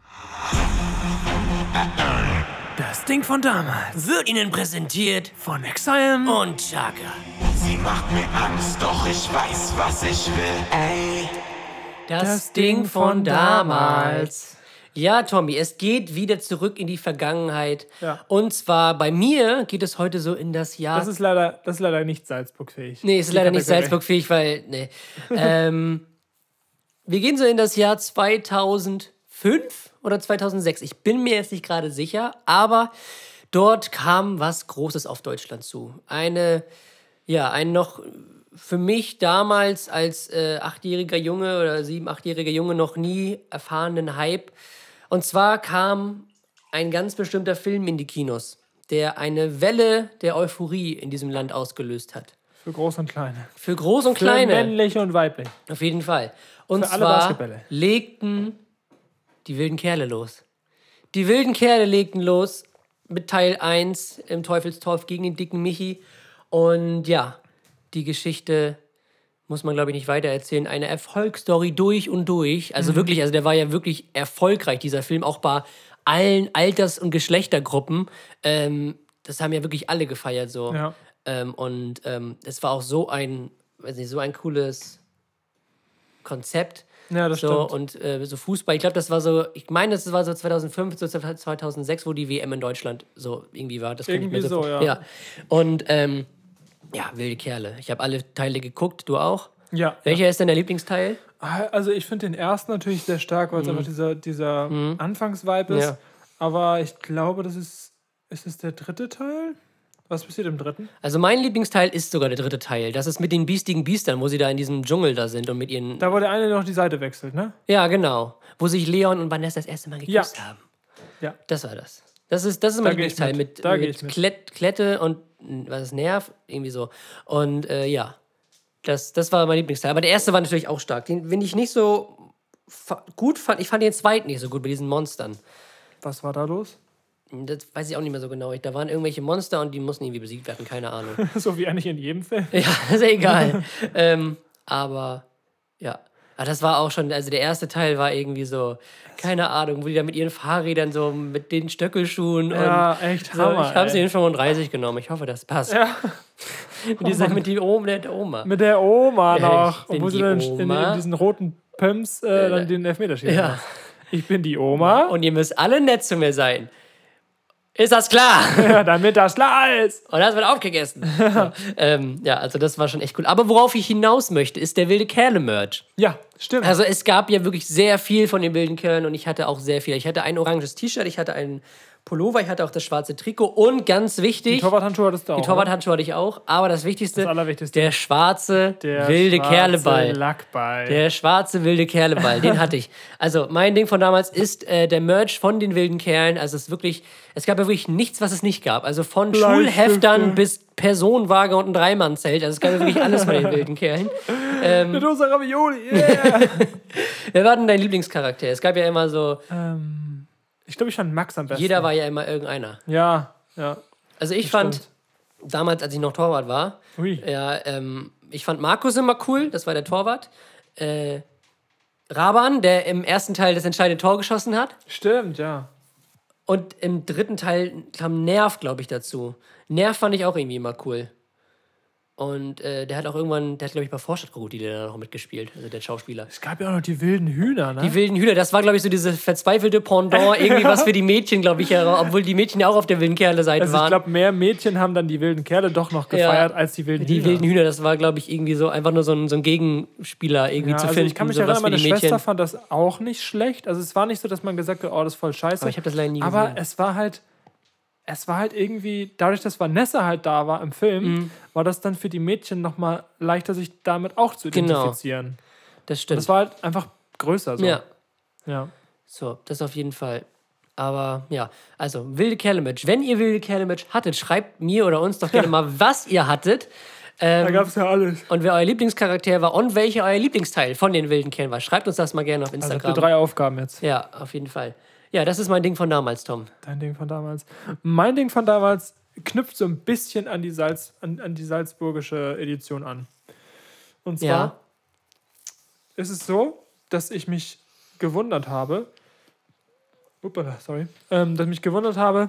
Speaker 1: Das Ding von damals
Speaker 2: Wird Ihnen präsentiert
Speaker 1: von Exile
Speaker 2: und Chaka.
Speaker 4: Sie macht mir Angst, doch ich weiß, was ich will. Ey.
Speaker 2: Das,
Speaker 1: Das
Speaker 2: Ding
Speaker 1: Ding
Speaker 2: von
Speaker 1: von
Speaker 2: damals. Ja, Tommy, es geht wieder zurück in die Vergangenheit.
Speaker 1: Ja.
Speaker 2: Und zwar bei mir geht es heute so in das Jahr.
Speaker 1: Das ist leider, das ist leider nicht Salzburg-fähig.
Speaker 2: nee, es ist
Speaker 1: Die
Speaker 2: leider nicht
Speaker 1: Kategorie.
Speaker 2: Salzburg-fähig, weil. Nee. ähm, wir gehen so in das Jahr zweitausendfünf oder zweitausendsechs. Ich bin mir jetzt nicht gerade sicher, aber dort kam was Großes auf Deutschland zu. Eine, ja, ein noch für mich damals als äh, achtjähriger Junge oder sieben-, achtjähriger Junge noch nie erfahrenen Hype. Und zwar kam ein ganz bestimmter Film in die Kinos, der eine Welle der Euphorie in diesem Land ausgelöst hat.
Speaker 1: Für Groß und Kleine.
Speaker 2: Für Groß und
Speaker 1: Für
Speaker 2: Kleine.
Speaker 1: männlich und weiblich.
Speaker 2: Auf jeden Fall. Und
Speaker 1: Für alle
Speaker 2: zwar
Speaker 1: Basketbälle.
Speaker 2: legten die wilden Kerle los. Die wilden Kerle legten los mit Teil eins im Teufelstorf gegen den dicken Michi. Und ja, die Geschichte muss man, glaube ich, nicht weitererzählen. Eine Erfolgsstory durch und durch. Also wirklich, also der war ja wirklich erfolgreich, dieser Film, auch bei allen Alters- und Geschlechtergruppen. Ähm, das haben ja wirklich alle gefeiert so.
Speaker 1: Ja.
Speaker 2: Ähm, und ähm, es war auch so ein, weiß nicht, so ein cooles Konzept.
Speaker 1: Ja, das
Speaker 2: so,
Speaker 1: stimmt.
Speaker 2: Und äh, so Fußball, ich glaube, das war so, ich meine, das war so zweitausendfünf, so zweitausendsechs, wo die W M in Deutschland so irgendwie war. Das kann ich
Speaker 1: Irgendwie
Speaker 2: mir
Speaker 1: so,
Speaker 2: vor-
Speaker 1: ja.
Speaker 2: ja. Und ähm, ja, wilde Kerle. Ich habe alle Teile geguckt, du auch?
Speaker 1: Ja.
Speaker 2: Welcher ist denn der Lieblingsteil?
Speaker 1: Also ich finde den ersten natürlich sehr stark, weil es einfach dieser, dieser Anfangsvibe ist.
Speaker 2: Ja.
Speaker 1: Aber ich glaube, das ist. Ist es der dritte Teil? Was passiert im dritten?
Speaker 2: Also mein Lieblingsteil ist sogar der dritte Teil. Das ist mit den biestigen Biestern, wo sie da in diesem Dschungel da sind und mit ihren...
Speaker 1: Da, wo der eine noch die Seite wechselt, ne?
Speaker 2: Ja, genau. Wo sich Leon und Vanessa das erste Mal geküsst
Speaker 1: Ja.
Speaker 2: haben.
Speaker 1: Ja.
Speaker 2: Das war das. Das ist, das ist
Speaker 1: Da
Speaker 2: mein
Speaker 1: geh ich
Speaker 2: Lieblingsteil
Speaker 1: mit.
Speaker 2: mit,
Speaker 1: Da geh
Speaker 2: mit,
Speaker 1: ich mit.
Speaker 2: Klett, Klette und mm, was ist Nerv? Irgendwie so. Und äh, ja, das, das war mein Lieblingsteil. Aber der erste war natürlich auch stark. Den, den ich nicht so fa- gut fand, ich fand den zweiten nicht so gut bei diesen Monstern.
Speaker 1: Was war da los?
Speaker 2: Das weiß ich auch nicht mehr so genau. Da waren irgendwelche Monster und die mussten irgendwie besiegt werden, keine Ahnung.
Speaker 1: So wie eigentlich in jedem Film.
Speaker 2: Ja, ist ja egal. ähm, aber ja. Aber das war auch schon, also der erste Teil war irgendwie so, keine Ahnung, wo die da mit ihren Fahrrädern so mit den Stöckelschuhen
Speaker 1: Ja,
Speaker 2: und
Speaker 1: echt
Speaker 2: so,
Speaker 1: Hammer,
Speaker 2: ich habe sie
Speaker 1: ey.
Speaker 2: in fünfunddreißig genommen. Ich hoffe, das passt.
Speaker 1: Ja.
Speaker 2: mit, dieser, mit die Oma, der Oma.
Speaker 1: Mit der Oma noch.
Speaker 2: Ich bin
Speaker 1: Obwohl sie
Speaker 2: die
Speaker 1: dann in,
Speaker 2: Oma.
Speaker 1: in diesen roten Pumps äh, dann den Elfmeter schießen.
Speaker 2: Ja.
Speaker 1: Ich bin die Oma.
Speaker 2: Und ihr müsst alle nett zu mir sein. Ist das klar?
Speaker 1: Ja, damit das klar ist.
Speaker 2: Und das wird aufgegessen. so. ähm, ja, also das war schon echt cool. Aber worauf ich hinaus möchte, ist der wilde Kerle-Merch.
Speaker 1: Ja, stimmt.
Speaker 2: Also es gab ja wirklich sehr viel von den wilden Kerlen und ich hatte auch sehr viel. Ich hatte ein oranges T-Shirt, ich hatte einen Pullover, ich hatte auch das schwarze Trikot und ganz wichtig,
Speaker 1: die Torwarthandschuhe hattest du auch.
Speaker 2: die Torwarthandschuhe hatte ich auch, aber das Wichtigste,
Speaker 1: Das Allerwichtigste.
Speaker 2: der schwarze
Speaker 1: Der
Speaker 2: wilde
Speaker 1: schwarze
Speaker 2: Kerleball.
Speaker 1: Lackball.
Speaker 2: Der schwarze wilde Kerleball, den hatte ich. Also mein Ding von damals ist äh, der Merch von den wilden Kerlen. Also es ist wirklich, es gab ja wirklich nichts, was es nicht gab. Also von
Speaker 1: Bleistifte.
Speaker 2: Schulheftern bis Personenwagen und ein Dreimannzelt. Also es gab ja wirklich alles von den wilden Kerlen.
Speaker 1: Eine Dose Ravioli. Yeah.
Speaker 2: Wer war denn dein Lieblingscharakter? Es gab ja immer so,
Speaker 1: ähm, ich glaube, ich fand Max am besten.
Speaker 2: jeder war ja immer irgendeiner.
Speaker 1: Ja, ja.
Speaker 2: Also ich
Speaker 1: Das
Speaker 2: fand,
Speaker 1: stimmt.
Speaker 2: damals, als ich noch Torwart war,
Speaker 1: Ui.
Speaker 2: ja, ähm, ich fand Markus immer cool, das war der Torwart. Äh, Raban, der im ersten Teil das entscheidende Tor geschossen hat.
Speaker 1: Stimmt, ja.
Speaker 2: Und im dritten Teil kam Nerv, glaube ich, dazu. Nerv fand ich auch irgendwie immer cool. Und äh, der hat auch irgendwann, der hat, glaube ich, bei Vorstadtkrokodile da noch mitgespielt, also der Schauspieler.
Speaker 1: Es gab ja auch noch die wilden Hühner, ne?
Speaker 2: Die wilden Hühner, das war, glaube ich, so diese verzweifelte Pendant, irgendwie was für die Mädchen, glaube ich, ja, obwohl die Mädchen ja auch auf der wilden Kerle-Seite
Speaker 1: also ich
Speaker 2: waren.
Speaker 1: glaube, mehr Mädchen haben dann die wilden Kerle doch noch gefeiert
Speaker 2: Ja,
Speaker 1: als die wilden
Speaker 2: Die
Speaker 1: Hühner.
Speaker 2: wilden Hühner, das war, glaube ich, irgendwie so einfach nur so ein, so ein Gegenspieler irgendwie
Speaker 1: ja,
Speaker 2: zu
Speaker 1: also
Speaker 2: finden.
Speaker 1: ich kann mich
Speaker 2: sowas
Speaker 1: erinnern, meine
Speaker 2: für die
Speaker 1: Schwester
Speaker 2: Mädchen.
Speaker 1: fand das auch nicht schlecht. Also es war nicht so, dass man gesagt hat, oh, das ist voll scheiße.
Speaker 2: Aber ich habe das leider nie
Speaker 1: Aber
Speaker 2: gesehen.
Speaker 1: es war halt, es war halt irgendwie, dadurch, dass Vanessa halt da war im Film,
Speaker 2: Mhm.
Speaker 1: war das dann für die Mädchen nochmal leichter, sich damit auch zu
Speaker 2: Genau.
Speaker 1: identifizieren.
Speaker 2: Das stimmt.
Speaker 1: Das war halt einfach größer so.
Speaker 2: ja,
Speaker 1: Ja.
Speaker 2: so, das auf jeden Fall. Aber ja, also wilde Kerle-Match. Wenn ihr wilde Kerle-Match hattet, schreibt mir oder uns doch gerne mal, was ihr hattet. Ähm,
Speaker 1: Da gab es ja alles.
Speaker 2: und wer euer Lieblingscharakter war und welcher euer Lieblingsteil von den wilden Kerlen war. Schreibt uns das mal gerne auf
Speaker 1: Also habt
Speaker 2: Instagram.
Speaker 1: ihr drei Aufgaben jetzt.
Speaker 2: Ja, auf jeden Fall. Ja, das ist mein Ding von damals, Tom.
Speaker 1: Dein Ding von damals. Mein Ding von damals knüpft so ein bisschen an die, Salz, an, an die salzburgische Edition an. Und zwar
Speaker 2: Ja.
Speaker 1: ist es so, dass ich mich gewundert habe, Uppala, sorry, ähm, dass ich mich gewundert habe,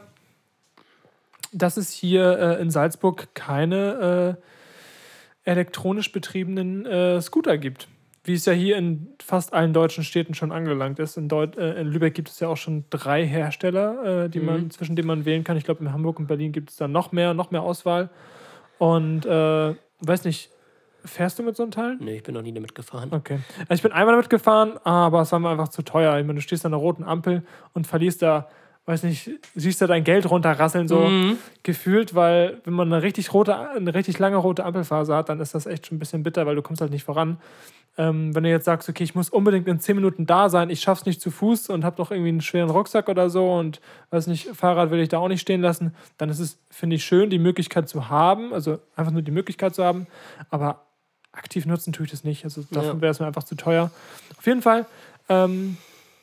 Speaker 1: dass es hier äh, in Salzburg keine äh, elektronisch betriebenen äh, Scooter gibt. Wie es ja hier in fast allen deutschen Städten schon angelangt ist. In, Deut äh, in Lübeck gibt es ja auch schon drei Hersteller, äh, die
Speaker 2: Mhm.
Speaker 1: man, zwischen denen man wählen kann. Ich glaube, in Hamburg und Berlin gibt es dann noch mehr, noch mehr Auswahl. Und äh, weiß nicht, fährst du mit so einem Teil?
Speaker 2: Nee, ich bin noch nie damit gefahren.
Speaker 1: Okay. Also ich bin einmal damit gefahren, aber es war mir einfach zu teuer. Ich meine, du stehst an der roten Ampel und verlierst da, weiß nicht, siehst da dein Geld runterrasseln, so
Speaker 2: Mhm.
Speaker 1: gefühlt, weil wenn man eine richtig rote, eine richtig lange rote Ampelphase hat, dann ist das echt schon ein bisschen bitter, weil du kommst halt nicht voran. Ähm, wenn du jetzt sagst, okay, ich muss unbedingt in zehn Minuten da sein, ich schaff's nicht zu Fuß und habe doch irgendwie einen schweren Rucksack oder so und weiß nicht, Fahrrad will ich da auch nicht stehen lassen, dann ist es, finde ich, schön, die Möglichkeit zu haben, also einfach nur die Möglichkeit zu haben, aber aktiv nutzen tue ich das nicht, also davon
Speaker 2: Ja.
Speaker 1: wäre es mir einfach zu teuer. Auf jeden Fall ähm,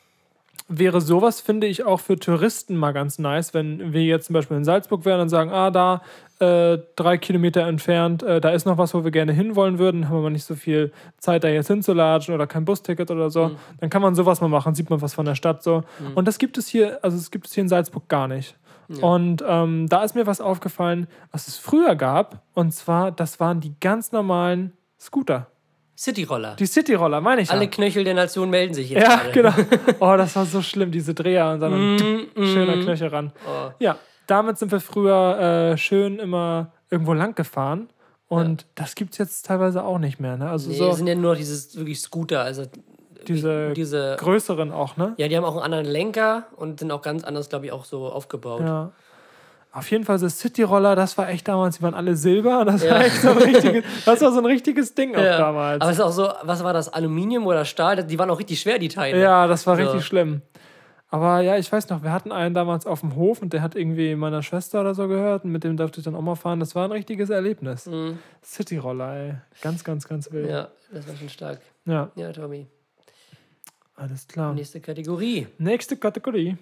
Speaker 1: wäre sowas, finde ich, auch für Touristen mal ganz nice, wenn wir jetzt zum Beispiel in Salzburg wären und sagen, ah, da äh, drei Kilometer entfernt, äh, da ist noch was, wo wir gerne hinwollen würden, haben wir mal nicht so viel Zeit, da jetzt hinzulatschen oder kein Busticket oder so,
Speaker 2: Mhm.
Speaker 1: dann kann man sowas mal machen, sieht man was von der Stadt so.
Speaker 2: Mhm.
Speaker 1: Und das gibt es hier, also es gibt es hier in Salzburg gar nicht.
Speaker 2: Ja.
Speaker 1: Und ähm, da ist mir was aufgefallen, was es früher gab, und zwar, das waren die ganz normalen Scooter.
Speaker 2: Cityroller.
Speaker 1: Die Cityroller, meine ich
Speaker 2: Alle
Speaker 1: ja.
Speaker 2: Knöchel der Nation melden sich jetzt
Speaker 1: Ja,
Speaker 2: gerade.
Speaker 1: genau. Oh, das war so schlimm, diese Dreher und dann
Speaker 2: Mm, mm.
Speaker 1: schöner Knöchel ran.
Speaker 2: Oh.
Speaker 1: Ja, damit sind wir früher äh, schön immer irgendwo lang gefahren. Und das gibt es jetzt teilweise auch nicht mehr. Ne? Also
Speaker 2: Nee,
Speaker 1: so
Speaker 2: das sind ja nur noch dieses wirklich Scooter, also
Speaker 1: diese,
Speaker 2: diese
Speaker 1: größeren auch, ne?
Speaker 2: ja, die haben auch einen anderen Lenker und sind auch ganz anders, glaube ich, auch so aufgebaut.
Speaker 1: Ja. Auf jeden Fall so Cityroller, das war echt damals, die waren alle silber. Das
Speaker 2: Ja.
Speaker 1: war echt so ein richtiges, das war so ein richtiges Ding auch
Speaker 2: Ja.
Speaker 1: damals.
Speaker 2: Aber es ist auch so, was war das, Aluminium oder Stahl? Die waren auch richtig schwer, die Teile.
Speaker 1: Ja, das war
Speaker 2: So.
Speaker 1: richtig schlimm. Aber ja, ich weiß noch, wir hatten einen damals auf dem Hof und der hat irgendwie meiner Schwester oder so gehört und mit dem durfte ich dann auch mal fahren. Das war ein richtiges Erlebnis.
Speaker 2: Mhm.
Speaker 1: Cityroller, ey. Ganz, ganz, ganz wild.
Speaker 2: Ja, das war schon stark.
Speaker 1: Ja,
Speaker 2: Ja, Tommy.
Speaker 1: alles klar.
Speaker 2: Nächste Kategorie.
Speaker 1: Nächste Kategorie.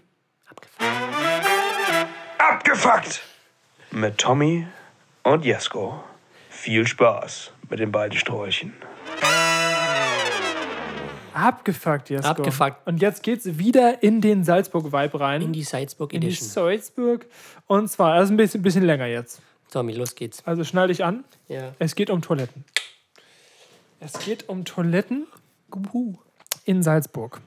Speaker 3: Abgefuckt! Mit Tommy und Jesko. Viel Spaß mit den beiden Sträuchen.
Speaker 1: Abgefuckt, Jesko.
Speaker 2: Abgefuckt.
Speaker 1: Und jetzt geht's wieder in den Salzburg-Vibe rein.
Speaker 2: In die Salzburg
Speaker 1: in die
Speaker 2: Edition.
Speaker 1: Salzburg. Und zwar, also ein bisschen, bisschen länger jetzt.
Speaker 2: Tommy, los geht's.
Speaker 1: Also schnall dich an.
Speaker 2: Ja.
Speaker 1: Es geht um Toiletten. Es geht um Toiletten in Salzburg.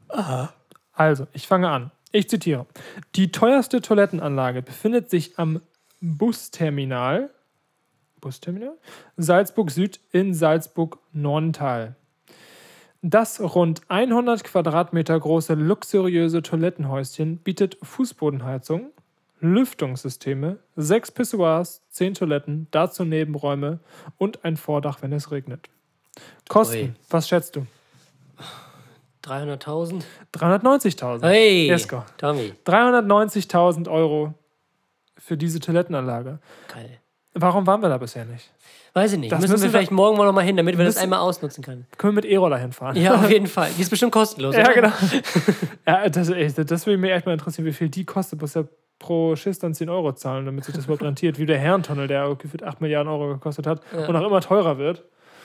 Speaker 1: Also, ich fange an. Ich zitiere. Die teuerste Toilettenanlage befindet sich am Busterminal, Busterminal? Salzburg Süd in Salzburg-Norntal. Das rund hundert Quadratmeter große luxuriöse Toilettenhäuschen bietet Fußbodenheizung, Lüftungssysteme, sechs Pissoirs, zehn Toiletten, dazu Nebenräume und ein Vordach, wenn es regnet. Kosten,
Speaker 2: Ui.
Speaker 1: was schätzt du?
Speaker 2: dreihunderttausend.
Speaker 1: dreihundertneunzigtausend.
Speaker 2: Hey,
Speaker 1: Jesko.
Speaker 2: Tommy.
Speaker 1: dreihundertneunzigtausend Euro für diese Toilettenanlage.
Speaker 2: Geil.
Speaker 1: Warum waren wir da bisher nicht?
Speaker 2: Weiß ich nicht.
Speaker 1: Das
Speaker 2: müssen,
Speaker 1: müssen
Speaker 2: wir
Speaker 1: wir-
Speaker 2: vielleicht morgen mal noch mal hin, damit wir das
Speaker 1: müssen-
Speaker 2: einmal ausnutzen können.
Speaker 1: Können wir mit E-Roller hinfahren?
Speaker 2: Ja, auf jeden Fall. Die ist bestimmt kostenlos.
Speaker 1: Ja,
Speaker 2: oder?
Speaker 1: genau. Ja, das, echt, das würde mich echt mal interessieren, wie viel die kostet. Muss ja pro Schiss dann zehn Euro zahlen, damit sich das überhaupt rentiert. Wie der Herrentunnel, der gefühlt acht Milliarden Euro gekostet hat
Speaker 2: Ja.
Speaker 1: und auch immer teurer wird.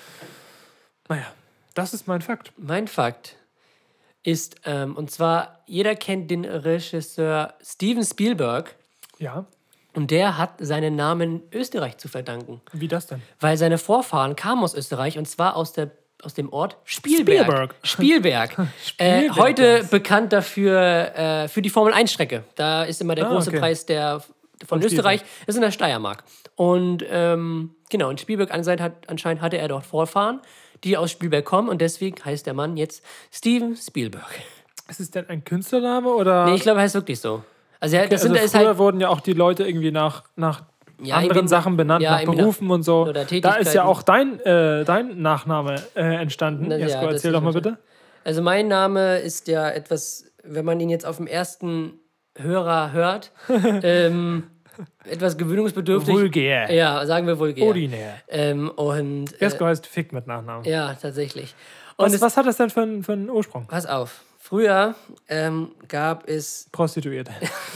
Speaker 1: Naja, das ist mein Fakt.
Speaker 2: Mein Fakt ist, ähm, und zwar, jeder kennt den Regisseur Steven Spielberg
Speaker 1: Ja,
Speaker 2: und der hat seinen Namen Österreich zu verdanken.
Speaker 1: wie das denn?
Speaker 2: Weil seine Vorfahren kamen aus Österreich und zwar aus, der, aus dem Ort Spielberg.
Speaker 1: Spielberg.
Speaker 2: Spielberg. äh,
Speaker 1: Spielberg,
Speaker 2: heute
Speaker 1: yes.
Speaker 2: bekannt dafür äh, für die Formel eins Strecke. Da ist immer der
Speaker 1: Ah,
Speaker 2: große
Speaker 1: okay.
Speaker 2: Preis der, von,
Speaker 1: Von
Speaker 2: Österreich. Das ist in der Steiermark. Und ähm, genau, in Spielberg anscheinend, hat, anscheinend hatte er dort Vorfahren, die aus Spielberg kommen und deswegen heißt der Mann jetzt Steven Spielberg.
Speaker 1: Ist es denn ein Künstlername oder?
Speaker 2: Nee, ich glaube, er heißt wirklich so. Also, er, das
Speaker 1: also
Speaker 2: sind, ist
Speaker 1: früher
Speaker 2: halt,
Speaker 1: wurden ja auch die Leute irgendwie nach, nach
Speaker 2: Ja,
Speaker 1: anderen
Speaker 2: irgendwie-
Speaker 1: Sachen benannt,
Speaker 2: ja,
Speaker 1: nach
Speaker 2: irgendwie
Speaker 1: Berufen und so.
Speaker 2: oder
Speaker 1: Da ist
Speaker 2: Tätigkeiten.
Speaker 1: ja auch dein, äh, dein Nachname äh, entstanden.
Speaker 2: Na, ja,
Speaker 1: Jesko,
Speaker 2: das
Speaker 1: erzähl
Speaker 2: ist
Speaker 1: doch mal
Speaker 2: natürlich-
Speaker 1: bitte.
Speaker 2: Also mein Name ist ja etwas, wenn man ihn jetzt auf dem ersten Hörer hört. ähm, etwas gewöhnungsbedürftig.
Speaker 1: Vulgär.
Speaker 2: Ja, sagen wir vulgär.
Speaker 1: Ordinär.
Speaker 2: Ähm, und, äh,
Speaker 1: Jesko heißt Fick mit Nachnamen.
Speaker 2: ja, tatsächlich. Und
Speaker 1: Was,
Speaker 2: es,
Speaker 1: was hat das denn für, einen- für einen Ursprung?
Speaker 2: pass auf. Früher ähm, gab es.
Speaker 1: Prostituierte.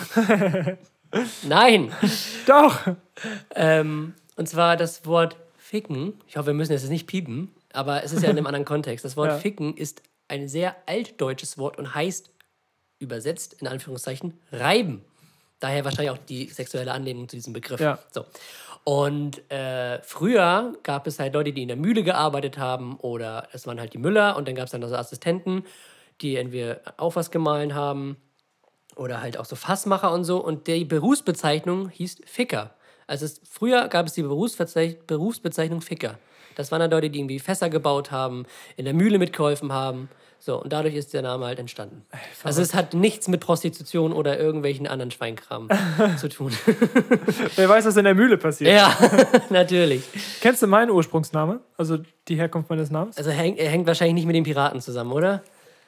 Speaker 2: Nein!
Speaker 1: Doch!
Speaker 2: ähm, und zwar das Wort ficken. Ich hoffe, wir müssen jetzt nicht piepen, aber es ist ja in einem anderen Kontext. Das Wort
Speaker 1: Ja.
Speaker 2: ficken ist ein sehr altdeutsches Wort und heißt, übersetzt, in Anführungszeichen, reiben. Daher wahrscheinlich auch die sexuelle Anlehnung zu diesem Begriff.
Speaker 1: Ja.
Speaker 2: So. Und äh, früher gab es halt Leute, die in der Mühle gearbeitet haben oder es waren halt die Müller und dann gab es dann also Assistenten, die entweder auch was gemahlen haben oder halt auch so Fassmacher und so. Und die Berufsbezeichnung hieß Ficker. Also es, früher gab es die Berufsbezeich Berufsbezeichnung Ficker. Das waren dann Leute, die irgendwie Fässer gebaut haben, in der Mühle mitgeholfen haben. So, und dadurch ist der Name halt entstanden. Also es hat nichts mit Prostitution oder irgendwelchen anderen Schweinkram zu tun.
Speaker 1: Wer weiß, was in der Mühle passiert.
Speaker 2: Ja, natürlich.
Speaker 1: Kennst du meinen Ursprungsname? Also die Herkunft meines Namens?
Speaker 2: Also häng, er hängt wahrscheinlich nicht mit den Piraten zusammen, oder?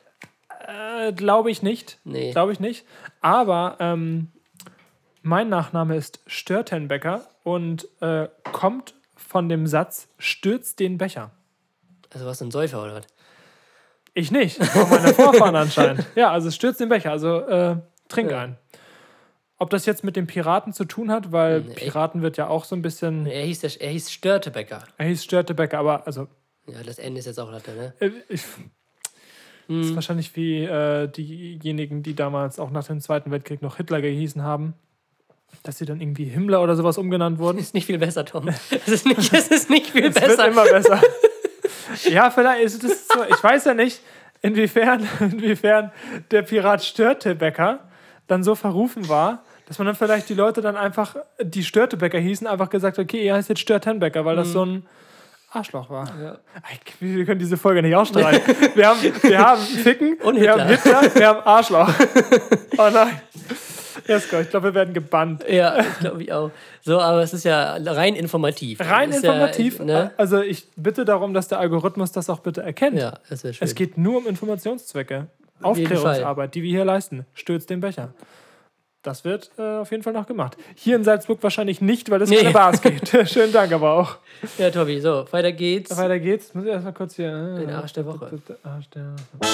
Speaker 1: Äh, Glaube ich nicht.
Speaker 2: Nee.
Speaker 1: Glaube ich nicht. Aber ähm, mein Nachname ist Störtenbecker und äh, kommt von dem Satz stürzt den Becher.
Speaker 2: Also was, ein Säufer oder was?
Speaker 1: Ich nicht. Von meine Vorfahren anscheinend. Ja, also stürzt den Becher. Also äh, trink
Speaker 2: Ja.
Speaker 1: einen. Ob das jetzt mit den Piraten zu tun hat, weil
Speaker 2: Nee.
Speaker 1: Piraten wird ja auch so ein bisschen.
Speaker 2: Er hieß, der, er hieß Störtebecker.
Speaker 1: Er hieß Störtebecker, aber also
Speaker 2: Ja, das N ist jetzt auch Latte, ne?
Speaker 1: äh, ich,
Speaker 2: Hm.
Speaker 1: das ist wahrscheinlich wie äh, diejenigen, die damals auch nach dem Zweiten Weltkrieg noch Hitler gehießen haben, dass sie dann irgendwie Himmler oder sowas umgenannt wurden.
Speaker 2: Ist nicht viel besser, Tom. Es ist nicht, es ist nicht viel
Speaker 1: Es wird
Speaker 2: besser.
Speaker 1: immer besser. Ja, vielleicht ist das so. Ich weiß ja nicht, inwiefern, inwiefern der Pirat Störtebecker dann so verrufen war, dass man dann vielleicht die Leute dann einfach, die Störtebecker hießen, einfach gesagt hat, okay, ihr heißt jetzt Störtenbecker, weil das so ein Arschloch war.
Speaker 2: Mhm. Ja.
Speaker 1: Wir können diese Folge nicht ausstrahlen. Wir haben, wir haben Ficken,
Speaker 2: Und
Speaker 1: wir
Speaker 2: Hitler.
Speaker 1: haben Hitler, wir haben Arschloch. Oh nein. Jesko, ich glaube, wir werden gebannt.
Speaker 2: Ja, ich glaube ich auch. So, aber es ist ja rein informativ.
Speaker 1: Rein
Speaker 2: ist
Speaker 1: informativ.
Speaker 2: Ja, ne?
Speaker 1: Also ich bitte darum, dass der Algorithmus das auch bitte erkennt.
Speaker 2: Ja, das wäre schön.
Speaker 1: Es geht nur um Informationszwecke.
Speaker 2: Auf jeden Fall.
Speaker 1: Aufklärungsarbeit, die wir hier leisten. Stürzt den Becher. Das wird äh, auf jeden Fall noch gemacht. Hier in Salzburg wahrscheinlich nicht, weil es
Speaker 2: Nee.
Speaker 1: keine Bars gibt. Schönen Dank aber auch.
Speaker 2: Ja, Tobi, so, weiter geht's.
Speaker 1: Weiter geht's. Muss ich erstmal kurz hier. Äh,
Speaker 2: Den Arsch der Woche.
Speaker 1: Arsch der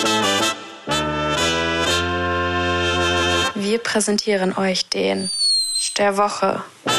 Speaker 5: Wir präsentieren euch den der Woche.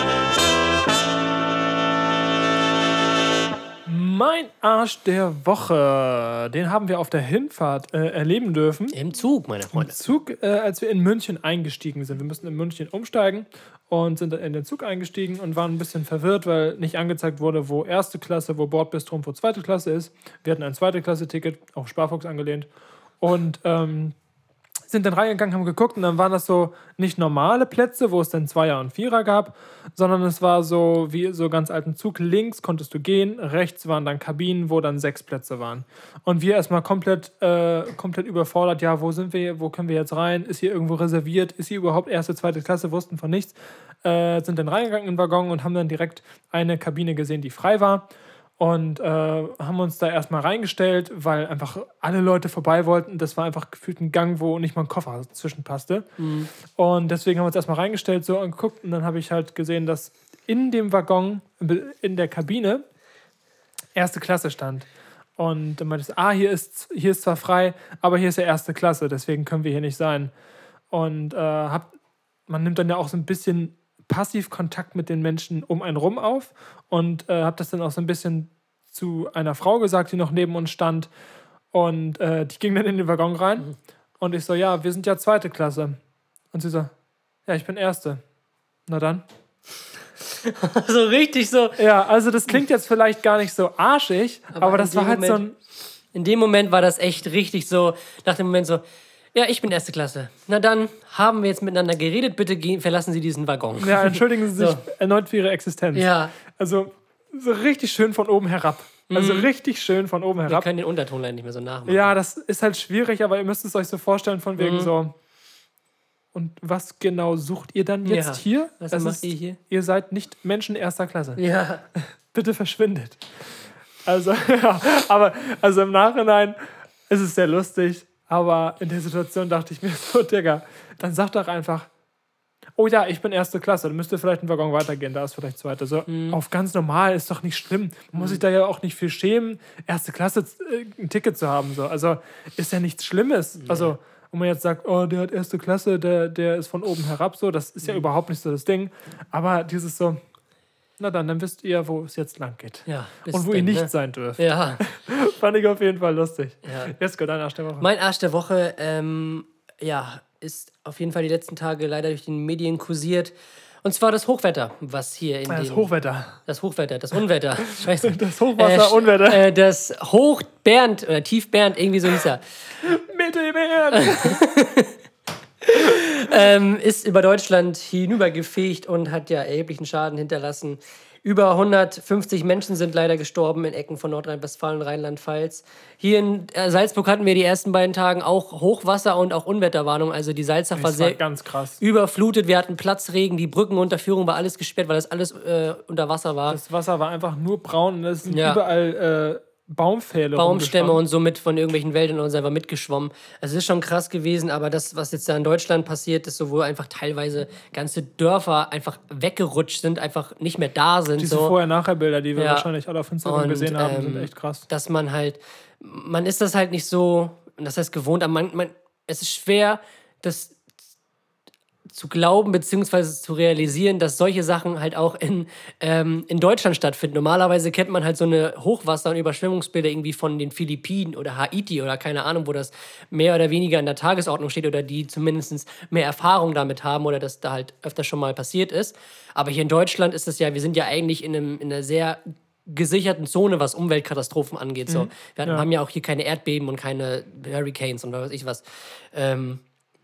Speaker 1: Mein Arsch der Woche. Den haben wir auf der Hinfahrt äh, erleben dürfen.
Speaker 2: Im Zug, meine
Speaker 1: Im
Speaker 2: Freunde.
Speaker 1: Zug, äh, als wir in München eingestiegen sind. Wir mussten in München umsteigen und sind dann in den Zug eingestiegen und waren ein bisschen verwirrt, weil nicht angezeigt wurde, wo erste Klasse, wo Bordbistro und wo zweite Klasse ist. Wir hatten ein zweite Klasse-Ticket, auf Sparfuchs angelehnt. Und ähm, sind dann reingegangen, haben geguckt und dann waren das so nicht normale Plätze, wo es dann Zweier und Vierer gab, sondern es war so wie so ganz alten Zug. Links konntest du gehen, rechts waren dann Kabinen, wo dann sechs Plätze waren. Und wir erstmal komplett, äh, komplett überfordert, ja, wo sind wir, wo können wir jetzt rein? Ist hier irgendwo reserviert? Ist hier überhaupt erste, zweite Klasse? Wussten von nichts. Äh, sind dann reingegangen in den Waggon und haben dann direkt eine Kabine gesehen, die frei war. Und äh, haben uns da erstmal reingestellt, weil einfach alle Leute vorbei wollten. Das war einfach gefühlt ein Gang, wo nicht mal ein Koffer zwischenpasste. Mhm. Und deswegen haben wir uns erstmal reingestellt, so angeguckt. Und dann habe ich halt gesehen, dass in dem Waggon, in der Kabine, erste Klasse stand. Und dann meinte ich, ah, hier ist, hier ist zwar frei, aber hier ist ja erste Klasse, deswegen können wir hier nicht sein. Und äh, hab, man nimmt dann ja auch so ein bisschen passiv Kontakt mit den Menschen um einen rum auf und äh, habe das dann auch so ein bisschen zu einer Frau gesagt, die noch neben uns stand und äh, die ging dann in den Waggon rein mhm. und ich so, ja, wir sind ja zweite Klasse und sie so, ja, ich bin erste. Na dann.
Speaker 2: So richtig so.
Speaker 1: Ja, also das klingt jetzt vielleicht gar nicht so arschig, aber, aber das
Speaker 2: in
Speaker 1: war halt
Speaker 2: Moment,
Speaker 1: so ein...
Speaker 2: In dem Moment war das echt richtig so, nach dem Moment so, ja, ich bin erste Klasse. Na dann haben wir jetzt miteinander geredet, bitte gehen, verlassen Sie diesen Waggon.
Speaker 1: Ja, entschuldigen Sie sich
Speaker 2: So.
Speaker 1: erneut für Ihre Existenz.
Speaker 2: Ja.
Speaker 1: Also so richtig schön von oben herab. Also richtig schön von oben
Speaker 2: Wir
Speaker 1: herab.
Speaker 2: können den Unterton leider nicht mehr so nachmachen.
Speaker 1: Ja, das ist halt schwierig, aber ihr müsst es euch so vorstellen von wegen
Speaker 2: Mhm.
Speaker 1: so. Und was genau sucht ihr dann jetzt
Speaker 2: Ja.
Speaker 1: hier?
Speaker 2: Was
Speaker 1: Es
Speaker 2: macht
Speaker 1: ist,
Speaker 2: ihr hier?
Speaker 1: Ihr seid nicht Menschen erster Klasse.
Speaker 2: Ja.
Speaker 1: Bitte verschwindet. Also, ja, aber also im Nachhinein ist es sehr lustig, aber in der Situation dachte ich mir so, Digga, dann sag doch einfach, oh ja, ich bin erste Klasse, dann müsste vielleicht ein Waggon weitergehen, da ist vielleicht zweite. So,
Speaker 2: Mhm.
Speaker 1: auf ganz normal, ist doch nicht schlimm. Man muss sich da ja auch nicht viel schämen, erste Klasse äh, ein Ticket zu haben. So. Also ist ja nichts Schlimmes. Nee. Also, wenn man jetzt sagt, oh, der hat erste Klasse, der, der ist von oben herab, so, das ist ja mhm. überhaupt nicht so das Ding. Aber dieses so, na dann, dann wisst ihr, wo es jetzt lang geht.
Speaker 2: Ja,
Speaker 1: und wo
Speaker 2: denn,
Speaker 1: ihr nicht
Speaker 2: ne?
Speaker 1: sein dürft.
Speaker 2: Ja.
Speaker 1: Fand ich auf jeden Fall lustig.
Speaker 2: Ja.
Speaker 1: Jesko, dein Arsch der Woche.
Speaker 2: Mein Arsch der Woche, ähm, ja, ist auf jeden Fall die letzten Tage leider durch die Medien kursiert. Und zwar das Hochwetter, was hier in
Speaker 1: Das
Speaker 2: den,
Speaker 1: Hochwetter.
Speaker 2: Das Hochwetter, das Unwetter. Scheiße.
Speaker 1: Das Hochwasser, äh, Unwetter.
Speaker 2: Äh, das Hoch Bernd oder Tief Bernd, irgendwie so hieß er.
Speaker 1: Mitte Bernd.
Speaker 2: ähm, ist über Deutschland hinübergefegt und hat ja erheblichen Schaden hinterlassen. Über hundertfünfzig Menschen sind leider gestorben in Ecken von Nordrhein-Westfalen und Rheinland-Pfalz. Hier in äh, Salzburg hatten wir die ersten beiden Tage auch Hochwasser und auch Unwetterwarnung. Also die Salzach war sehr
Speaker 1: ganz krass.
Speaker 2: überflutet. Wir hatten Platzregen, die Brückenunterführung war alles gesperrt, weil das alles äh, unter Wasser war.
Speaker 1: Das Wasser war einfach nur braun und es sind
Speaker 2: ja.
Speaker 1: überall äh, Baumpfähle
Speaker 2: Baumstämme und so mit von irgendwelchen Wäldern und selber mitgeschwommen. Also es ist schon krass gewesen, aber das, was jetzt da in Deutschland passiert, ist so, wo einfach teilweise ganze Dörfer einfach weggerutscht sind, einfach nicht mehr da sind.
Speaker 1: Diese
Speaker 2: so.
Speaker 1: Vorher-Nachher-Bilder, die wir
Speaker 2: ja.
Speaker 1: wahrscheinlich alle auf Instagram
Speaker 2: und,
Speaker 1: gesehen haben,
Speaker 2: ähm,
Speaker 1: sind echt krass.
Speaker 2: Dass man halt, man ist das halt nicht so, das heißt gewohnt, aber man, man, es ist schwer, das zu glauben bzw. zu realisieren, dass solche Sachen halt auch in, ähm, in Deutschland stattfinden. Normalerweise kennt man halt so eine Hochwasser- und Überschwemmungsbilder irgendwie von den Philippinen oder Haiti oder keine Ahnung, wo das mehr oder weniger in der Tagesordnung steht oder die zumindest mehr Erfahrung damit haben oder das da halt öfter schon mal passiert ist. Aber hier in Deutschland ist es ja, wir sind ja eigentlich in, einem, in einer sehr gesicherten Zone, was Umweltkatastrophen angeht. So. Wir hatten,
Speaker 1: ja.
Speaker 2: haben ja auch hier keine Erdbeben und keine Hurricanes und was weiß ich was. Ähm,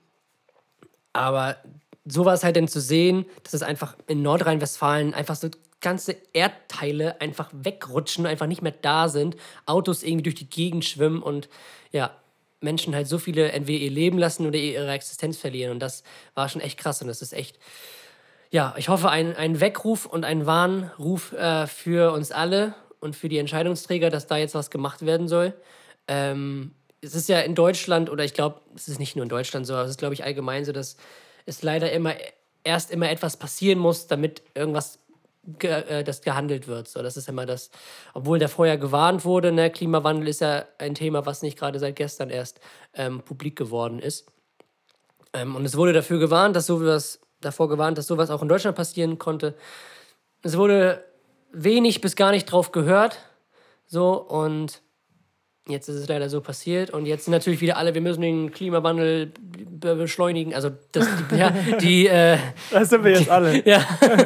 Speaker 2: aber sowas halt dann zu sehen, dass es einfach in Nordrhein-Westfalen einfach so ganze Erdteile einfach wegrutschen, einfach nicht mehr da sind, Autos irgendwie durch die Gegend schwimmen und ja, Menschen halt so viele entweder ihr Leben lassen oder ihre Existenz verlieren. Und das war schon echt krass und das ist echt, ja, ich hoffe, ein, ein Weckruf und ein Warnruf äh, für uns alle und für die Entscheidungsträger, dass da jetzt was gemacht werden soll. Ähm, es ist ja in Deutschland, oder ich glaube, es ist nicht nur in Deutschland so, aber es ist, glaube ich, allgemein so, dass es leider immer erst immer etwas passieren muss, damit irgendwas ge, äh, das gehandelt wird. So, das ist immer das, obwohl da vorher gewarnt wurde, ne, Klimawandel ist ja ein Thema, was nicht gerade seit gestern erst ähm, publik geworden ist. Ähm, und es wurde dafür gewarnt, dass sowas, davor gewarnt, dass sowas auch in Deutschland passieren konnte. Es wurde wenig bis gar nicht drauf gehört. So, und jetzt ist es leider so passiert und jetzt sind natürlich wieder alle, wir müssen den Klimawandel beschleunigen, also das, die, ja, die äh,
Speaker 1: das sind wir jetzt alle.
Speaker 2: Ja.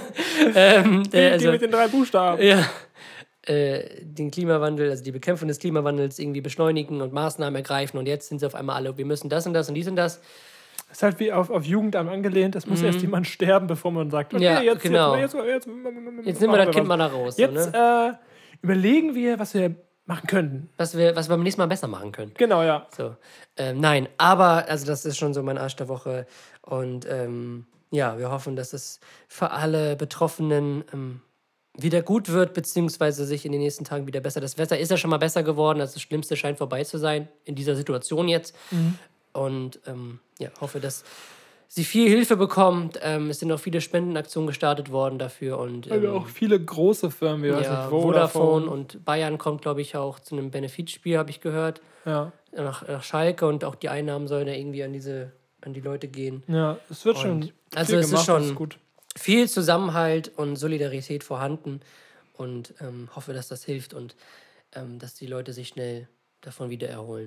Speaker 2: ähm,
Speaker 1: die,
Speaker 2: äh, also,
Speaker 1: die mit den drei Buchstaben.
Speaker 2: Ja. Äh, den Klimawandel, also die Bekämpfung des Klimawandels irgendwie beschleunigen und Maßnahmen ergreifen und jetzt sind sie auf einmal alle, wir müssen das und das und dies und das.
Speaker 1: Das ist halt wie auf, auf Jugendamt angelehnt, es muss mhm. erst jemand sterben, bevor man sagt, okay,
Speaker 2: ja,
Speaker 1: jetzt,
Speaker 2: genau.
Speaker 1: jetzt, jetzt, jetzt, jetzt,
Speaker 2: jetzt nehmen wir das Kind mal da raus.
Speaker 1: Jetzt
Speaker 2: so, ne?
Speaker 1: äh, überlegen wir, was wir machen könnten.
Speaker 2: Was wir, was wir beim nächsten Mal besser machen können.
Speaker 1: Genau, ja.
Speaker 2: So. Ähm, nein, aber also das ist schon so mein Arsch der Woche. Und ähm, ja, wir hoffen, dass es für alle Betroffenen ähm, wieder gut wird, beziehungsweise sich in den nächsten Tagen wieder besser. Das Wetter ist ja schon mal besser geworden, also das Schlimmste scheint vorbei zu sein in dieser Situation jetzt. Mhm. Und ähm, ja, hoffe, dass sie viel Hilfe bekommt. Ähm, es sind auch viele Spendenaktionen gestartet worden dafür. Und, ähm,
Speaker 1: also auch viele große Firmen, wie
Speaker 2: ja,
Speaker 1: weiß nicht,
Speaker 2: Vodafone.
Speaker 1: Vodafone
Speaker 2: Und Bayern kommt, glaube ich, auch zu einem Benefizspiel, habe ich gehört.
Speaker 1: Ja.
Speaker 2: Nach, nach Schalke und auch die Einnahmen sollen ja irgendwie an diese an die Leute gehen.
Speaker 1: Ja, es wird
Speaker 2: und
Speaker 1: schon
Speaker 2: also
Speaker 1: viel
Speaker 2: es
Speaker 1: gemacht,
Speaker 2: ist schon
Speaker 1: das ist gut.
Speaker 2: Viel Zusammenhalt und Solidarität vorhanden und ähm, hoffe, dass das hilft und ähm, dass die Leute sich schnell davon wieder erholen.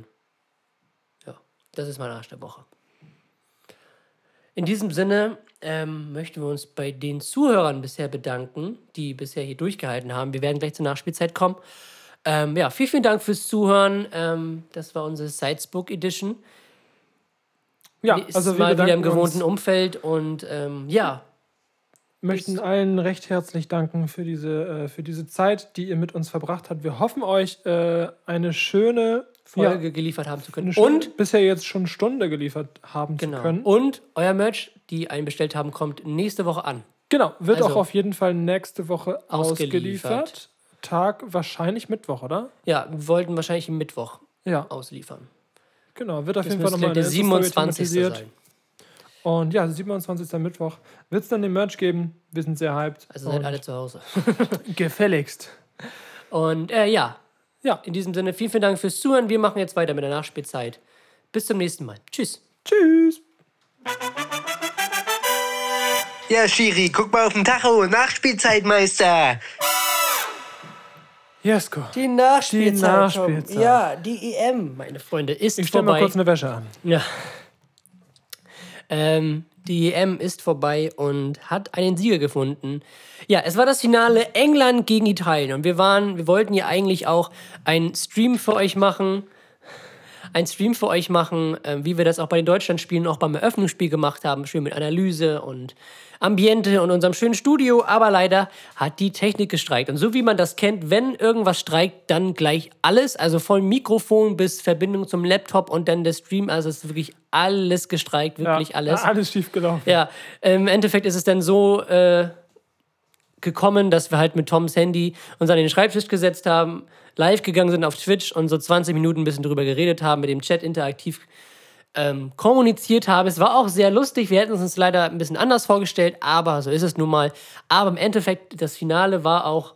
Speaker 2: Ja, das ist mein Arsch der Woche. In diesem Sinne ähm, möchten wir uns bei den Zuhörern bisher bedanken, die bisher hier durchgehalten haben. Wir werden gleich zur Nachspielzeit kommen. Ähm, ja, vielen, vielen Dank fürs Zuhören. Ähm, das war unsere Sidesbook Edition.
Speaker 1: Ja,
Speaker 2: Ist
Speaker 1: also wir
Speaker 2: mal wieder im
Speaker 1: bedanken
Speaker 2: gewohnten
Speaker 1: uns.
Speaker 2: Umfeld und ähm, ja.
Speaker 1: möchten allen recht herzlich danken für diese, äh, für diese Zeit, die ihr mit uns verbracht habt. Wir hoffen, euch äh, eine schöne
Speaker 2: Folge
Speaker 1: ja,
Speaker 2: geliefert haben zu können.
Speaker 1: eine schöne,
Speaker 2: Und
Speaker 1: bisher jetzt schon eine Stunde geliefert haben
Speaker 2: genau.
Speaker 1: zu können.
Speaker 2: Und euer Merch, die einen bestellt haben, kommt nächste Woche an.
Speaker 1: Genau, wird
Speaker 2: Also
Speaker 1: auch auf jeden Fall nächste Woche
Speaker 2: ausgeliefert.
Speaker 1: ausgeliefert. Tag wahrscheinlich Mittwoch, oder?
Speaker 2: Ja, wir wollten wahrscheinlich am Mittwoch
Speaker 1: Ja,
Speaker 2: ausliefern.
Speaker 1: genau. Wird auf
Speaker 2: Das
Speaker 1: jeden Fall
Speaker 2: müsste
Speaker 1: nochmal
Speaker 2: der
Speaker 1: eine
Speaker 2: siebenundzwanzigste
Speaker 1: Insta-Story
Speaker 2: sein.
Speaker 1: Und ja, siebenundzwanzigsten Mittwoch wird es dann den Merch geben. Wir sind sehr hyped.
Speaker 2: Also seid
Speaker 1: Und
Speaker 2: alle zu Hause.
Speaker 1: gefälligst.
Speaker 2: Und äh, ja,
Speaker 1: Ja,
Speaker 2: in diesem Sinne, vielen, vielen Dank fürs Zuhören. Wir machen jetzt weiter mit der Nachspielzeit. Bis zum nächsten Mal. Tschüss.
Speaker 1: tschüss.
Speaker 6: Ja, Schiri, guck mal auf den Tacho. Nachspielzeitmeister.
Speaker 1: Jesko.
Speaker 2: Die Nachspielzeit.
Speaker 1: Die Nachspielzeit.
Speaker 2: Tom. Ja, die E M, meine Freunde, ist
Speaker 1: Ich stelle
Speaker 2: vorbei.
Speaker 1: mal kurz eine Wäsche an.
Speaker 2: Ja. Ähm, die E M ist vorbei und hat einen Sieger gefunden. Ja, es war das Finale England gegen Italien. Und wir waren, wir wollten ja eigentlich auch einen Stream für euch machen. Einen Stream für euch machen, äh, wie wir das auch bei den Deutschlandspielen, auch beim Eröffnungsspiel gemacht haben. Schön mit Analyse und Ambiente und unserem schönen Studio. Aber leider hat die Technik gestreikt. Und so wie man das kennt, wenn irgendwas streikt, dann gleich alles. Also von Mikrofon bis Verbindung zum Laptop und dann der Stream. Also es ist wirklich alles gestreikt, wirklich
Speaker 1: ja,
Speaker 2: alles.
Speaker 1: Alles schief gelaufen.
Speaker 2: Ja, im Endeffekt ist es dann so äh, gekommen, dass wir halt mit Toms Handy uns an den Schreibtisch gesetzt haben, live gegangen sind auf Twitch und so zwanzig Minuten ein bisschen drüber geredet haben, mit dem Chat interaktiv ähm, kommuniziert haben. Es war auch sehr lustig. Wir hätten es uns leider ein bisschen anders vorgestellt, aber so ist es nun mal. Aber im Endeffekt, das Finale war auch,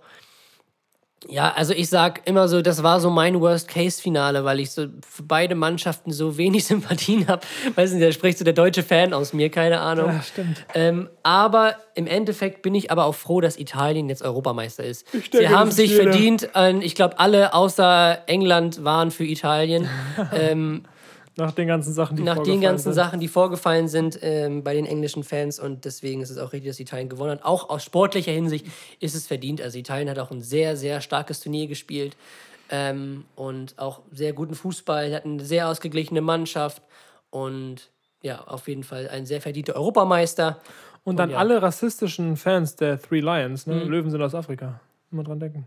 Speaker 2: ja, also ich sag immer so, das war so mein Worst-Case-Finale, weil ich so für beide Mannschaften so wenig Sympathien habe. Weiß nicht, da spricht so der deutsche Fan aus mir, keine Ahnung.
Speaker 1: Ja, stimmt.
Speaker 2: Ähm, aber im Endeffekt bin ich aber auch froh, dass Italien jetzt Europameister ist.
Speaker 1: Ich denke,
Speaker 2: Sie haben
Speaker 1: das ist
Speaker 2: sich
Speaker 1: jeder.
Speaker 2: verdient. äh, Ich glaube, alle außer England waren für Italien. ähm,
Speaker 1: Nach den ganzen Sachen, die
Speaker 2: nach den
Speaker 1: vorgefallen
Speaker 2: ganzen
Speaker 1: sind.
Speaker 2: Sachen, die vorgefallen sind ähm, bei den englischen Fans. Und deswegen ist es auch richtig, dass Italien gewonnen hat. Auch aus sportlicher Hinsicht ist es verdient. Also Italien hat auch ein sehr, sehr starkes Turnier gespielt. Ähm, und auch sehr guten Fußball. Hat eine sehr ausgeglichene Mannschaft. Und ja, auf jeden Fall ein sehr verdienter Europameister.
Speaker 1: Und dann
Speaker 2: ja.
Speaker 1: alle rassistischen Fans der Three Lions, ne?
Speaker 2: Mhm.
Speaker 1: Löwen sind aus Afrika. Immer dran denken.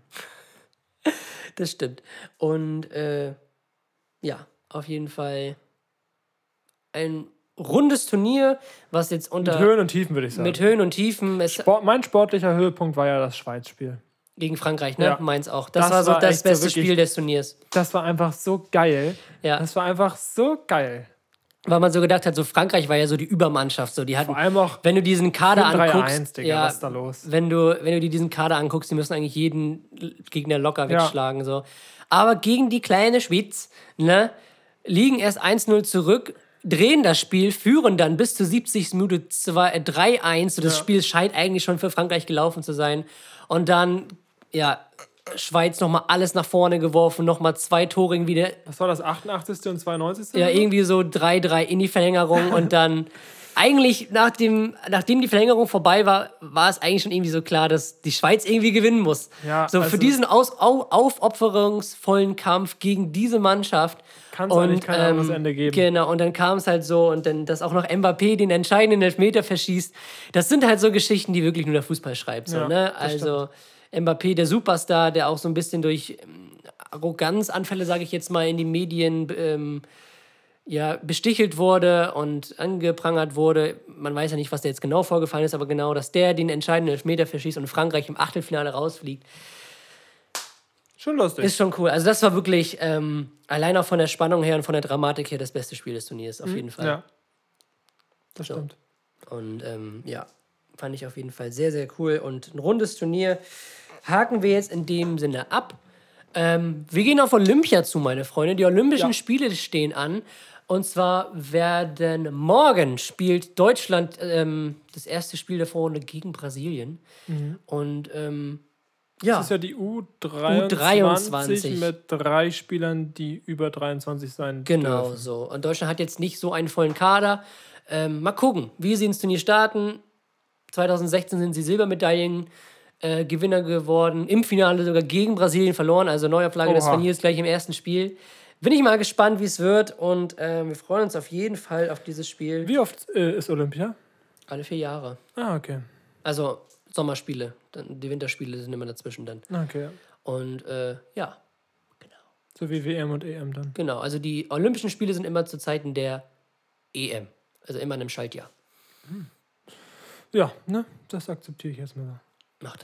Speaker 2: Das stimmt. Und äh, ja, auf jeden Fall ein rundes Turnier, was jetzt unter
Speaker 1: Mit Höhen und Tiefen, würde ich sagen.
Speaker 2: mit Höhen und Tiefen es,
Speaker 1: Sport, mein sportlicher Höhepunkt war ja das Schweiz-Spiel.
Speaker 2: gegen Frankreich, ne?
Speaker 1: Ja.
Speaker 2: Meins auch. Das,
Speaker 1: Das
Speaker 2: war so
Speaker 1: war
Speaker 2: das
Speaker 1: echt so
Speaker 2: beste
Speaker 1: wirklich-
Speaker 2: Spiel des Turniers.
Speaker 1: Das war einfach so geil.
Speaker 2: Ja.
Speaker 1: Das war einfach so geil.
Speaker 2: Weil man so gedacht hat, so Frankreich war ja so die Übermannschaft. So, die hatten,
Speaker 1: Vor allem auch
Speaker 2: wenn du diesen Kader
Speaker 1: drei
Speaker 2: anguckst,
Speaker 1: eins, Digga,
Speaker 2: ja,
Speaker 1: was ist da los?
Speaker 2: Wenn du, wenn du dir diesen Kader anguckst, die müssen eigentlich jeden Gegner locker
Speaker 1: Ja.
Speaker 2: wegschlagen. So. Aber gegen die kleine Schweiz, ne, liegen erst eins null zurück, drehen das Spiel, führen dann bis zur siebzigsten Minute drei eins. So, das
Speaker 1: Ja.
Speaker 2: Spiel scheint eigentlich schon für Frankreich gelaufen zu sein. Und dann, ja, Schweiz nochmal alles nach vorne geworfen, nochmal zwei Tore irgendwie wieder.
Speaker 1: Was war das, achtundachtzigste und zweiundneunzigste
Speaker 2: Ja, irgendwie so drei drei in die Verlängerung und dann eigentlich nach dem, nachdem die Verlängerung vorbei war, war es eigentlich schon irgendwie so klar, dass die Schweiz irgendwie gewinnen muss.
Speaker 1: Ja,
Speaker 2: so für
Speaker 1: also-
Speaker 2: diesen aus, au, aufopferungsvollen Kampf gegen diese Mannschaft.
Speaker 1: Kann's eigentlich kein anderes Ende geben.
Speaker 2: Genau, und dann kam es halt so und dann, dass auch noch Mbappé den entscheidenden Elfmeter verschießt. Das sind halt so Geschichten, die wirklich nur der Fußball schreibt. So,
Speaker 1: Ja,
Speaker 2: ne?
Speaker 1: das
Speaker 2: Also Mbappé, der Superstar, der auch so ein bisschen durch ähm, Arroganzanfälle, sage ich jetzt mal, in die Medien ähm, ja, bestichelt wurde und angeprangert wurde. Man weiß ja nicht, was da jetzt genau vorgefallen ist, aber genau, dass der den entscheidenden Elfmeter verschießt und Frankreich im Achtelfinale rausfliegt,
Speaker 1: Schon lustig.
Speaker 2: ist schon cool. Also das war wirklich ähm, allein auch von der Spannung her und von der Dramatik her das beste Spiel des Turniers, auf jeden Fall.
Speaker 1: Ja. Das
Speaker 2: So.
Speaker 1: stimmt.
Speaker 2: Und ähm, ja, fand ich auf jeden Fall sehr, sehr cool. Und ein rundes Turnier haken wir jetzt in dem Sinne ab. Ähm, wir gehen auf Olympia zu, meine Freunde. Die Olympischen
Speaker 1: Ja.
Speaker 2: Spiele stehen an. Und zwar werden morgen spielt Deutschland ähm, das erste Spiel der Vorrunde gegen Brasilien. Und ähm, ja,
Speaker 1: Das ist ja die U dreiundzwanzig,
Speaker 2: U dreiundzwanzig.
Speaker 1: mit drei Spielern, die über dreiundzwanzig sein
Speaker 2: genau
Speaker 1: dürfen.
Speaker 2: so. Und Deutschland hat jetzt nicht so einen vollen Kader. Ähm, mal gucken, wie sie ins Turnier starten. zwanzig sechzehn sind sie Silbermedaillen äh, Gewinner geworden. Im Finale sogar gegen Brasilien verloren. Also Neuauflage des
Speaker 1: Oha.
Speaker 2: Turniers gleich im ersten Spiel. Bin ich mal gespannt, wie es wird. Und äh, wir freuen uns auf jeden Fall auf dieses Spiel.
Speaker 1: Wie oft äh, ist Olympia?
Speaker 2: Alle vier Jahre.
Speaker 1: Ah, okay.
Speaker 2: Also Sommerspiele. Dann, die Winterspiele sind immer dazwischen dann.
Speaker 1: Okay, ja.
Speaker 2: Und äh, ja,
Speaker 1: So wie W M und E M dann.
Speaker 2: genau. Also die Olympischen Spiele sind immer zu Zeiten der E M. Also immer in einem Schaltjahr.
Speaker 1: Ja, ne? Das akzeptiere ich jetzt mal so.
Speaker 2: Mach das mal.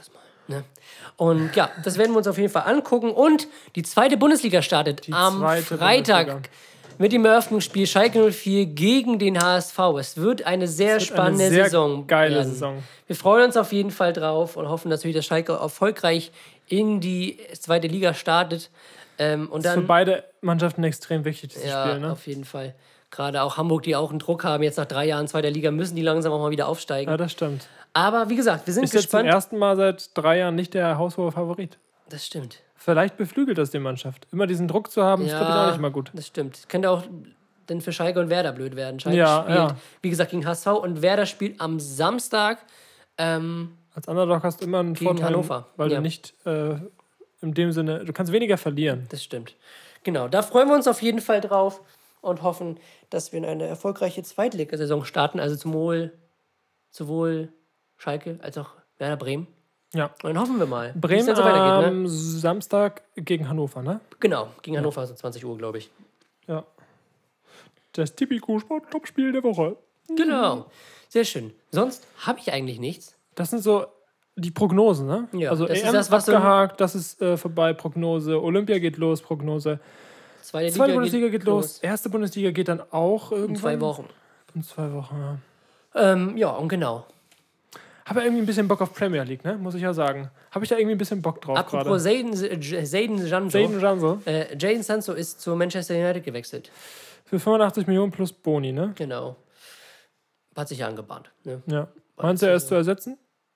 Speaker 2: Ne? Und ja, das werden wir uns auf jeden Fall angucken. Und die zweite Bundesliga startet
Speaker 1: Die
Speaker 2: am
Speaker 1: zweite
Speaker 2: Freitag
Speaker 1: Bundesliga.
Speaker 2: mit dem Eröffnungsspiel Schalke null vier gegen den H S V. Es wird eine sehr
Speaker 1: wird
Speaker 2: spannende
Speaker 1: eine sehr
Speaker 2: Saison.
Speaker 1: geile
Speaker 2: werden.
Speaker 1: Saison.
Speaker 2: Wir freuen uns auf jeden Fall drauf und hoffen natürlich, dass Schalke erfolgreich in die zweite Liga startet. Ähm, und
Speaker 1: Das ist
Speaker 2: dann,
Speaker 1: für beide Mannschaften extrem wichtig, dieses
Speaker 2: ja,
Speaker 1: Spiel. Ne?
Speaker 2: auf jeden Fall. Gerade auch Hamburg, die auch einen Druck haben, jetzt nach drei Jahren zweiter Liga, müssen die langsam auch mal wieder aufsteigen.
Speaker 1: Ja, das stimmt.
Speaker 2: Aber wie gesagt, wir sind
Speaker 1: Ist jetzt zum
Speaker 2: gespannt.
Speaker 1: ersten Mal seit drei Jahren nicht der haushohe Favorit.
Speaker 2: Das stimmt.
Speaker 1: Vielleicht beflügelt das die Mannschaft. Immer diesen Druck zu haben, ist, glaube ich, auch nicht immer gut.
Speaker 2: Das stimmt. Könnte auch dann für Schalke und Werder blöd werden. Schalke
Speaker 1: Ja,
Speaker 2: spielt,
Speaker 1: ja.
Speaker 2: wie gesagt, gegen H S V und Werder spielt am Samstag. Ähm,
Speaker 1: Als Underdog hast du immer einen
Speaker 2: Gegen
Speaker 1: Vorteil,
Speaker 2: Hannover.
Speaker 1: weil
Speaker 2: Ja.
Speaker 1: du nicht äh, in dem Sinne, du kannst weniger verlieren.
Speaker 2: das stimmt. Genau, da freuen wir uns auf jeden Fall drauf und hoffen, dass wir in eine erfolgreiche Zweitligasaison starten. Also zum Wohl, sowohl Schalke als auch Werder Bremen.
Speaker 1: Ja.
Speaker 2: Und dann hoffen wir mal, wie es
Speaker 1: Bremen
Speaker 2: dann so weitergeht.
Speaker 1: am
Speaker 2: Ne?
Speaker 1: Samstag gegen Hannover, ne?
Speaker 2: Genau, gegen Hannover, so zwanzig Uhr, glaube ich.
Speaker 1: Ja. Das Tipico-Sport-Topspiel der Woche.
Speaker 2: Genau, sehr schön. Sonst habe ich eigentlich nichts.
Speaker 1: Das sind so die Prognosen, ne?
Speaker 2: Ja,
Speaker 1: also
Speaker 2: das
Speaker 1: E
Speaker 2: ist
Speaker 1: M
Speaker 2: das, was so-
Speaker 1: abgehakt, das ist äh, vorbei, Prognose. Olympia geht los, Prognose.
Speaker 2: Zweite
Speaker 1: Zweite
Speaker 2: Liga
Speaker 1: Bundesliga geht los. Erste Bundesliga geht dann auch irgendwann.
Speaker 2: In zwei Wochen.
Speaker 1: In zwei Wochen, ja.
Speaker 2: Ähm, ja, und genau.
Speaker 1: Habe irgendwie ein bisschen Bock auf Premier League, ne? Muss ich ja sagen. Habe ich da irgendwie ein bisschen Bock drauf
Speaker 2: Apropos
Speaker 1: gerade.
Speaker 2: Zayden Zayden Sancho.
Speaker 1: Jadon Sancho
Speaker 2: Äh, Jadon Sancho ist zu Manchester United gewechselt.
Speaker 1: für fünfundachtzig Millionen plus Boni, ne?
Speaker 2: Genau. Hat sich ja angebahnt. Ne?
Speaker 1: Ja. Meinst du, er ist zu ersetzen?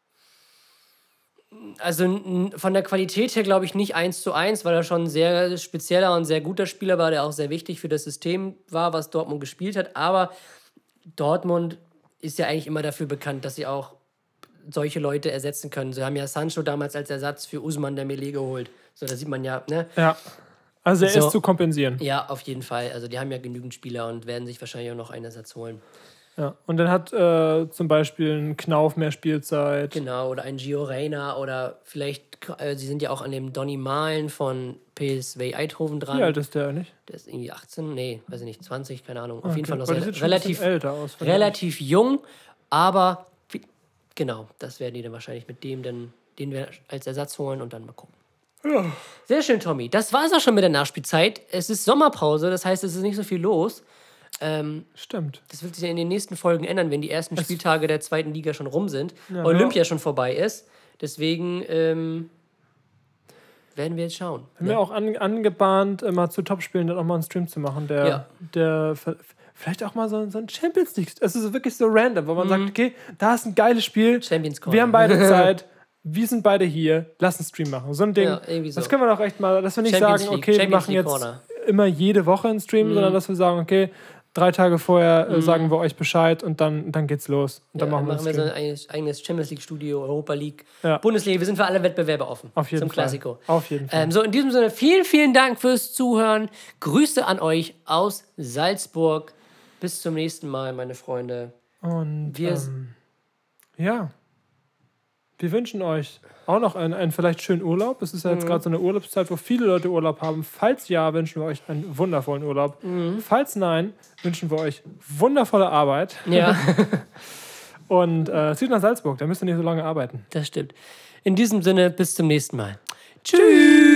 Speaker 2: Also n- von der Qualität her glaube ich nicht eins zu eins, weil er schon ein sehr spezieller und sehr guter Spieler war, der auch sehr wichtig für das System war, was Dortmund gespielt hat. Aber Dortmund ist ja eigentlich immer dafür bekannt, dass sie auch solche Leute ersetzen können. Sie haben ja Sancho damals als Ersatz für Usman Dembélé geholt. So, da sieht man ja, ne?
Speaker 1: Ja. Also er
Speaker 2: So.
Speaker 1: ist zu kompensieren.
Speaker 2: Ja, auf jeden Fall. Also die haben ja genügend Spieler und werden sich wahrscheinlich auch noch einen Ersatz holen.
Speaker 1: Ja. Und dann hat äh, zum Beispiel ein Knauf mehr Spielzeit.
Speaker 2: Genau, oder ein Gio Reyna oder vielleicht, äh, sie sind ja auch an dem Donny Malen von P S V Eindhoven dran.
Speaker 1: Wie alt ist der nicht?
Speaker 2: Der ist irgendwie achtzehn, nee, weiß ich nicht, zwanzig, keine Ahnung. Auf
Speaker 1: Okay.
Speaker 2: jeden Fall noch
Speaker 1: Weil der
Speaker 2: sehr,
Speaker 1: sieht schon ein bisschen
Speaker 2: relativ,
Speaker 1: älter aus, finde ich.
Speaker 2: relativ jung, aber wie, genau, das werden die dann wahrscheinlich mit dem, dann, den wir als Ersatz holen und dann mal gucken.
Speaker 1: Ja.
Speaker 2: Sehr schön, Tommy. Das war es auch schon mit der Nachspielzeit. Es ist Sommerpause, das heißt, es ist nicht so viel los. Ähm,
Speaker 1: Stimmt.
Speaker 2: das wird sich ja in den nächsten Folgen ändern, wenn die ersten Spieltage der zweiten Liga schon rum sind.
Speaker 1: Ja,
Speaker 2: Olympia
Speaker 1: ja.
Speaker 2: schon vorbei ist. Deswegen ähm, werden wir jetzt schauen.
Speaker 1: Wir haben ja auch an, angebahnt, äh, mal zu Topspielen dann auch mal einen Stream zu machen, der,
Speaker 2: Ja.
Speaker 1: der ver- vielleicht auch mal so, so ein Champions League, es ist wirklich so random, wo man
Speaker 2: Mhm.
Speaker 1: sagt, okay, da ist ein geiles Spiel,
Speaker 2: Champions Corner.
Speaker 1: wir haben beide Zeit, wir sind beide hier, lass einen Stream machen. So ein Ding,
Speaker 2: Ja, irgendwie so.
Speaker 1: das können wir doch echt mal, dass wir nicht
Speaker 2: Champions
Speaker 1: sagen,
Speaker 2: League,
Speaker 1: okay, wir
Speaker 2: Champions
Speaker 1: machen
Speaker 2: League
Speaker 1: jetzt
Speaker 2: Corner.
Speaker 1: immer jede Woche einen Stream,
Speaker 2: Mhm.
Speaker 1: sondern dass wir sagen, okay, drei Tage vorher äh, sagen wir euch Bescheid und dann, dann geht's los. Und dann
Speaker 2: Ja,
Speaker 1: machen wir
Speaker 2: machen
Speaker 1: einen
Speaker 2: wir so
Speaker 1: Stream.
Speaker 2: ein eigenes, eigenes Champions League Studio, Europa League,
Speaker 1: Ja.
Speaker 2: Bundesliga. Wir sind für alle Wettbewerbe offen.
Speaker 1: Auf jeden
Speaker 2: Zum
Speaker 1: Fall.
Speaker 2: Klassiko.
Speaker 1: Auf jeden Fall.
Speaker 2: Ähm, so, in diesem Sinne, vielen, vielen Dank fürs Zuhören. Grüße an euch aus Salzburg. Bis zum nächsten Mal, meine Freunde.
Speaker 1: Und
Speaker 2: Wir-
Speaker 1: ähm, ja, wir wünschen euch auch noch einen, einen vielleicht schönen Urlaub. Es ist ja
Speaker 2: Mhm.
Speaker 1: jetzt gerade so eine Urlaubszeit, wo viele Leute Urlaub haben. Falls ja, wünschen wir euch einen wundervollen Urlaub.
Speaker 2: Mhm.
Speaker 1: Falls nein, wünschen wir euch wundervolle Arbeit.
Speaker 2: Ja,
Speaker 1: Und äh, zieht nach Salzburg, da müsst ihr nicht so lange arbeiten.
Speaker 2: das stimmt. In diesem Sinne, bis zum nächsten Mal. Tschüss.